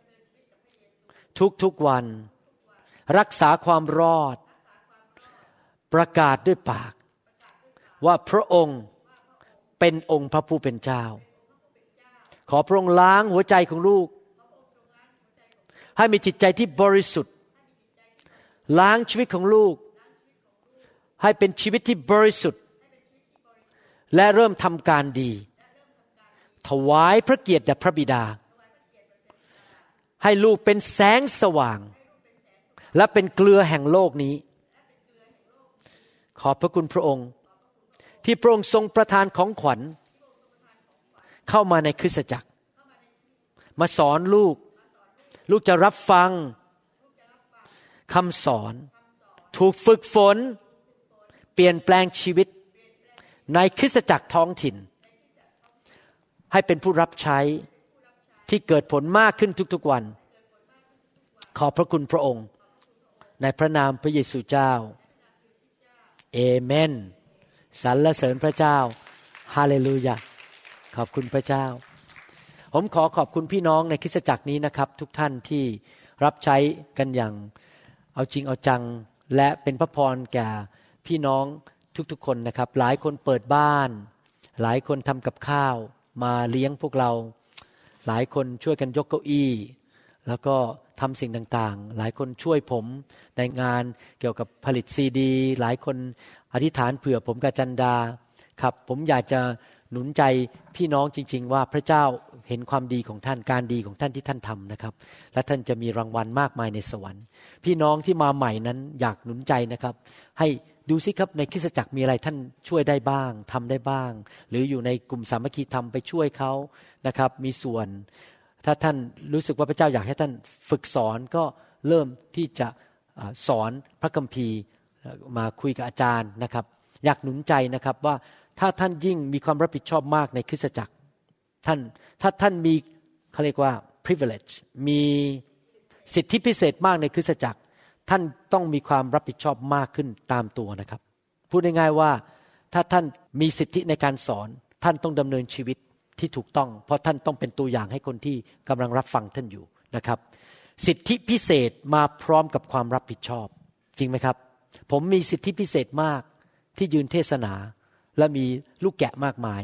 ทุกๆวันรักษาความรอดประกาศด้วยปากว่าพระองค์เป็นองค์พระผู้เป็นเจ้าขอพระองค์ล้างหัวใจของลูกให้มีจิตใจที่บริสุทธิ์ล้างชีวิตของลูกให้เป็นชีวิตที่บริสุทธิ์และเริ่มทำการดีถวายพระเกียรติแด่พระบิดาให้ลูกเป็นแสงสว่างและเป็นเกลือแห่งโลกนี้ขอบพระคุณพระองค์ที่พระองค์ทรงประทานของขวัญเข้ามาในคริสตจักรมาสอนลูกลูกจะรับฟังคำสอนถูกฝึกฝนเปลี่ยนแปลงชีวิตในคริสตจักรท้องถิ่นให้เป็นผู้รับใช้ที่เกิดผลมากขึ้นทุกๆวันขอบพระคุณพระองค์ในพระนามพระเยซูเจ้าเอเมนสรรเสริญพระเจ้าฮาเลลูยาขอบคุณพระเจ้าผมขอขอบคุณพี่น้องในคริสตจักรนี้นะครับทุกท่านที่รับใช้กันอย่างเอาจริงเอาจังและเป็นพระพรแก่พี่น้องทุกๆคนนะครับหลายคนเปิดบ้านหลายคนทำกับข้าวมาเลี้ยงพวกเราหลายคนช่วยกันยกเก้าอี้แล้วก็ทำสิ่งต่างๆหลายคนช่วยผมในงานเกี่ยวกับผลิตซีดีหลายคนอธิษฐานเผื่อผมกับจันดาครับผมอยากจะหนุนใจพี่น้องจริงๆว่าพระเจ้าเห็นความดีของท่านการดีของท่านที่ท่านทำนะครับและท่านจะมีรางวัลมากมายในสวรรค์พี่น้องที่มาใหม่นั้นอยากหนุนใจนะครับให้ดูสิครับในคริสตจักรมีอะไรท่านช่วยได้บ้างทำได้บ้างหรืออยู่ในกลุ่มสามัคคีธรรมไปช่วยเขานะครับมีส่วนถ้าท่านรู้สึกว่าพระเจ้าอยากให้ท่านฝึกสอนก็เริ่มที่จะสอนพระคัมภีร์มาคุยกับอาจารย์นะครับอยากหนุนใจนะครับว่าถ้าท่านยิ่งมีความรับผิดชอบมากในคริสตจักรท่านถ้าท่านมีเขาเรียกว่า privilege มีสิทธิพิเศษมากในคริสตจักรท่านต้องมีความรับผิดชอบมากขึ้นตามตัวนะครับพูดง่ายๆว่าถ้าท่านมีสิทธิในการสอนท่านต้องดำเนินชีวิตที่ถูกต้องเพราะท่านต้องเป็นตัวอย่างให้คนที่กำลังรับฟังท่านอยู่นะครับสิทธิพิเศษมาพร้อมกับความรับผิดชอบจริงไหมครับผมมีสิทธิพิเศษมากที่ยืนเทศนาและมีลูกแกะมากมาย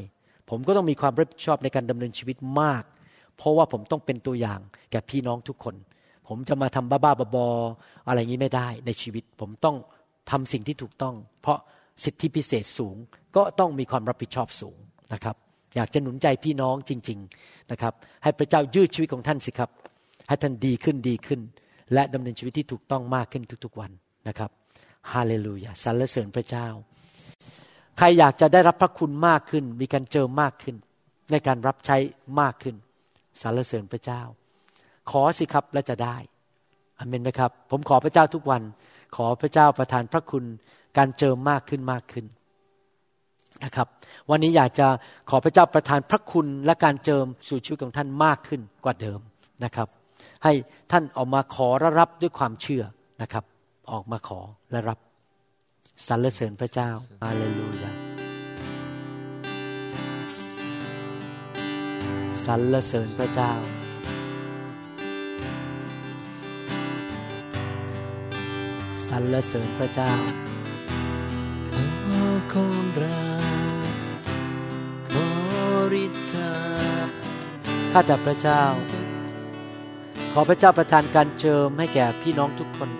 ผมก็ต้องมีความรับผิดชอบในการดำเนินชีวิตมากเพราะว่าผมต้องเป็นตัวอย่างแก่พี่น้องทุกคนผมจะมาทำบ้าๆบอๆอะไรงี้ไม่ได้ในชีวิตผมต้องทำสิ่งที่ถูกต้องเพราะสิทธิพิเศษสูงก็ต้องมีความรับผิดชอบสูงนะครับอยากจะหนุนใจพี่น้องจริงๆนะครับให้พระเจ้ายืดชีวิตของท่านสิครับให้ท่านดีขึ้นดีขึ้นและดำเนินชีวิตที่ถูกต้องมากขึ้นทุกๆวันนะครับฮาเลลูยาสรรเสริญพระเจ้าใครอยากจะได้รับพระคุณมากขึ้นมีการเจิมมากขึ้นในการรับใช้มากขึ้นสรรเสริญพระเจ้าขอสิครับและจะได้อาเมนไหมครับผมขอพระเจ้าทุกวันขอพระเจ้าประทานพระคุณการเจิมมากขึ้นมากขึ้นนะครับวันนี้อยากจะขอพระเจ้าประทานพระคุณและการเจิมสู่ชีวิตของท่านมากขึ้นกว่าเดิมนะครับให้ท่านออกมาขอและรับด้วยความเชื่อนะครับออกมาขอและรับสรรเสริญพระเจ้าฮาเลลูยาสรรเสริญพระเจ้าสรรเสริญพระเจ้าขอความรักขอฤทธาข้าแต่พระเจ้าขอพระเจ้าประทานการเจิมให้แก่พี่น้องทุกคน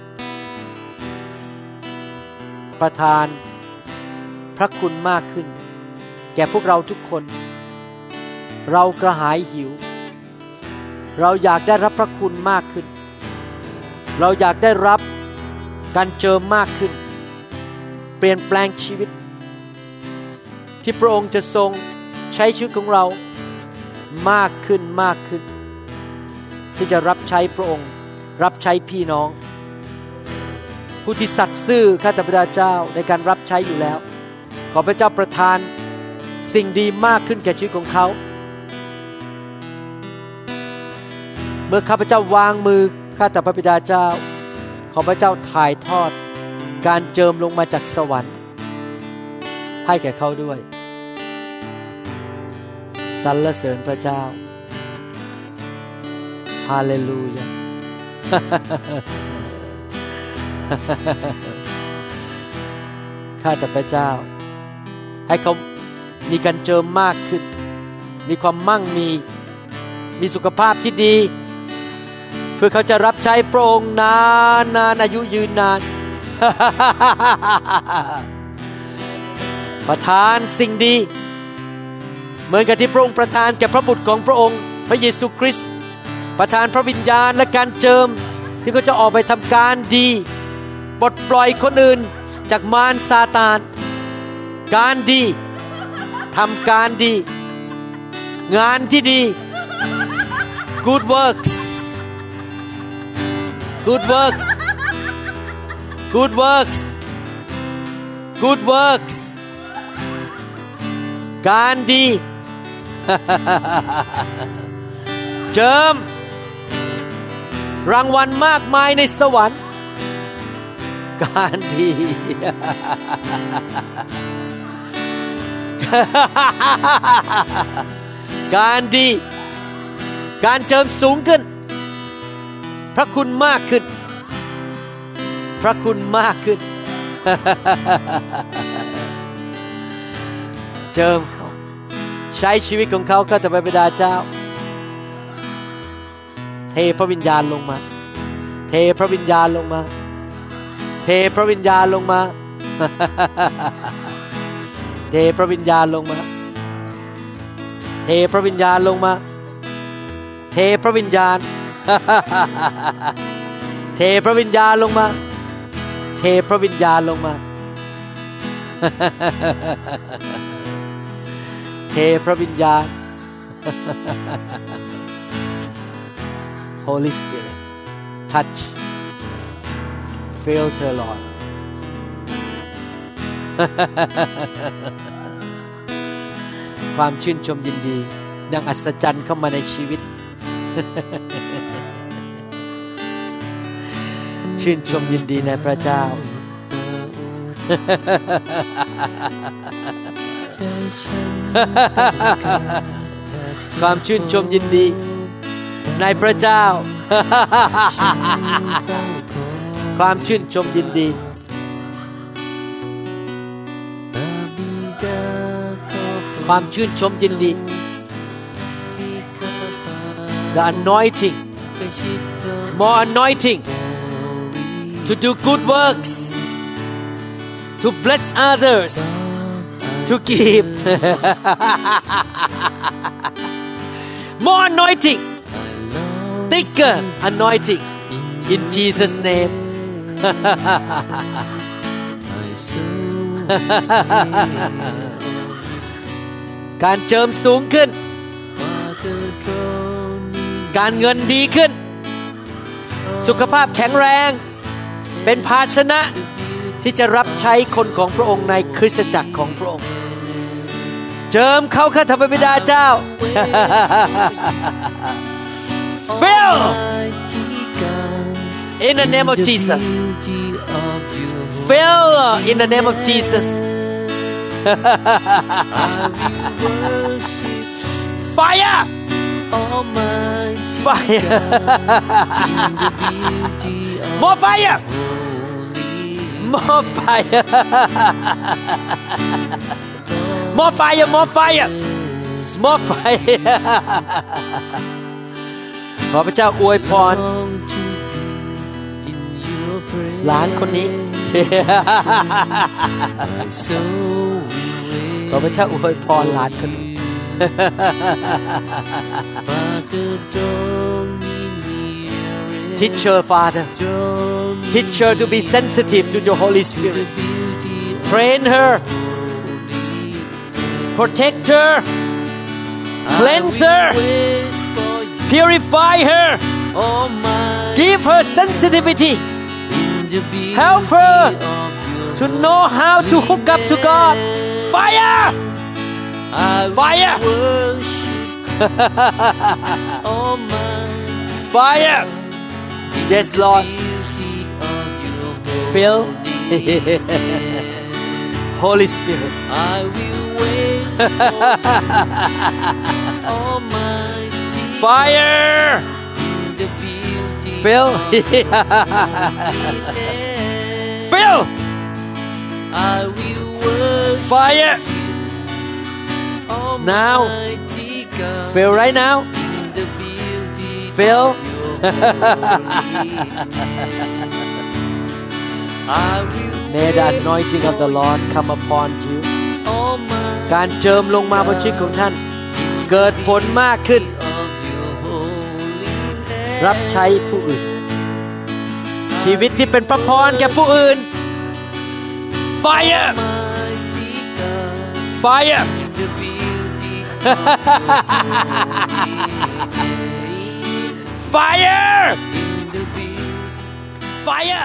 ประทานพระคุณมากขึ้นแก่พวกเราทุกคนเรากระหายหิวเราอยากได้รับพระคุณมากขึ้นเราอยากได้รับการเจิมมากขึ้นเปลี่ยนแปลงชีวิตที่พระองค์จะทรงใช้ชีวิตของเรามากขึ้นมากขึ้นที่จะรับใช้พระองค์รับใช้พี่น้องผู้ที่สัตย์ซื่อข้าแต่พระเจ้าในการรับใช้อยู่แล้วขอพระเจ้าประทานสิ่งดีมากขึ้นแก่ชีวิตของเขาเมื่อข้าพเจ้าวางมือข้าแต่พระบิดาเจ้าขอพระเจ้าถ่ายทอดการเจิมลงมาจากสวรรค์ให้แก่เขาด้วยสรรเสริญพระเจ้าฮาเลลูยาข้าแต่พระเจ้าให้เขามีการเจิมมากขึ้นมีความมั่งมีมีสุขภาพที่ดีเพื่อเขาจะรับใช้พระองค์นานนานอายุยืนนาน ประทานสิ่งดีเหมือนกับที่พระองค์ประทานแก่พระบุตรของพระองค์พระเยซูคริสต์ประทานพระวิญญาณและการเจิมที่เขาจะออกไปทำการดีปลดปล่อยคนอื่นจากมารซาตานการดีทำการดีงานที่ดี good works good works good works good works การดี เจิมรางวัลมากมายในสวรรค์การดี การดีการเจิมสูงขึ้นพระคุณมากขึ้นพระคุณมากขึ้น เจิมเขาใช้ชีวิตของเขาข้าแต่พระบิดาเจ้าเทพระวิญญาณลงมาเทพระวิญญาณลงมาเทพระวิญญาณลงมา เทพระวิญญาณลงมาเทพระวิญญาณลงมาเทพระวิญญาณ เทพระวิญญาณลงมาเทพระวิญญาณลงมา เทพระวิญญาณ Holy Spirit touch filter Lord ความชื่นชมยินดีดังอัศจรรย์เข้ามาในชีวิต ชื่นชมยินดีในพระเจ้า ความชื่นชมยินดีในพระเจ้า ความชื่นชมยินดีคความชื่นชมยินดี The anointing more anointing to do good works to bless others to give more anointing thicker anointing in Jesus name การเจิมสูงขึ้นการเงินดีขึ้นสุขภาพแข็งแรงเป็นภาชนะที่จะรับใช้คนของพระองค์ในคริสตจักรของพระองค์เจิมเขาข้าแต่พระบิดาเจ้า Fill in the name of Jesus Fill in the name of Jesus Fire Fire More fire More fire More fire More fire More fire ขอพระเจ้าอวยพรหลานคนนี้ขอพระเจ้าอวยพรหลานคนนี้ Teach her, Father. Teach her to be sensitive to your Holy Spirit. Train her. Protect her. Cleanse her. Purify her. Give her sensitivity. Help her to know how to hook up to God. Fire! Fire! Fire! Yes, Lord. Fill. Holy Spirit. Fire! Fill. Fill. Fire. Now. Fill right now. Fill. May the anointing of the Lord come upon you. การเจิมลงมาบนชีวิตของท่านเกิดผลมากขึ้นรับใช้ผู้อื่นชีวิตที่เป็นพระพรแก่ผู้อื่น Fire Fire Fire Fire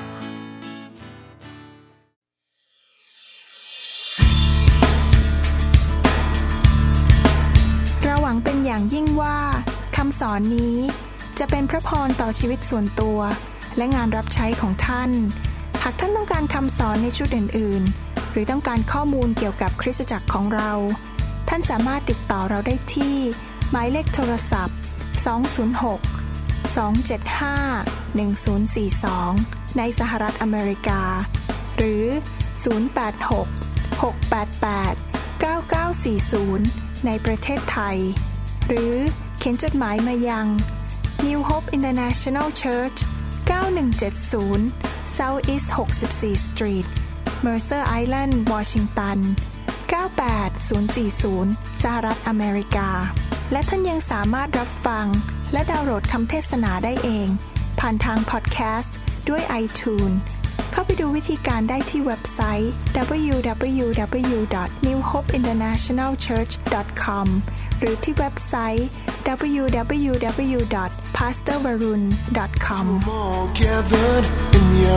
เราหวังเป็นอย่างยิ่งว่าคำสอนนี้จะเป็นพระพรต่อชีวิตส่วนตัวและงานรับใช้ของท่านหากท่านต้องการคำสอนในชุดอื่นๆหรือต้องการข้อมูลเกี่ยวกับคริสตจักรของเราท่านสามารถติดต่อเราได้ที่หมายเลขโทรศัพท์สอง ศูนย์ หก สอง เจ็ด ห้า หนึ่ง ศูนย์ สี่ สองในสหรัฐอเมริกาหรือศูนย์ แปด หก หก แปด แปด เก้า เก้า สี่ ศูนย์ในประเทศไทยหรือเขียนจดหมายมายัง New Hope International Church เก้าหนึ่งเจ็ดศูนย์ South East หกสิบสี่ Street Mercer Island Washington เก้าแปดศูนย์สี่ศูนย์สหรัฐอเมริกาและท่านยังสามารถรับฟังและดาวน์โหลดคำเทศนาได้เองผ่านทางพอดแคสต์ด้วย iTunes เข้าไปดูวิธีการได้ที่เว็บไซต์ ดับเบิลยู ดับเบิลยู ดับเบิลยู ดอท นิว โฮป อินเตอร์เนชั่นแนล เชิร์ช ดอท คอม หรือที่เว็บไซต์ ดับเบิลยู ดับเบิลยู ดับเบิลยู ดอท พาสเตอร์ วารุณ ดอท คอม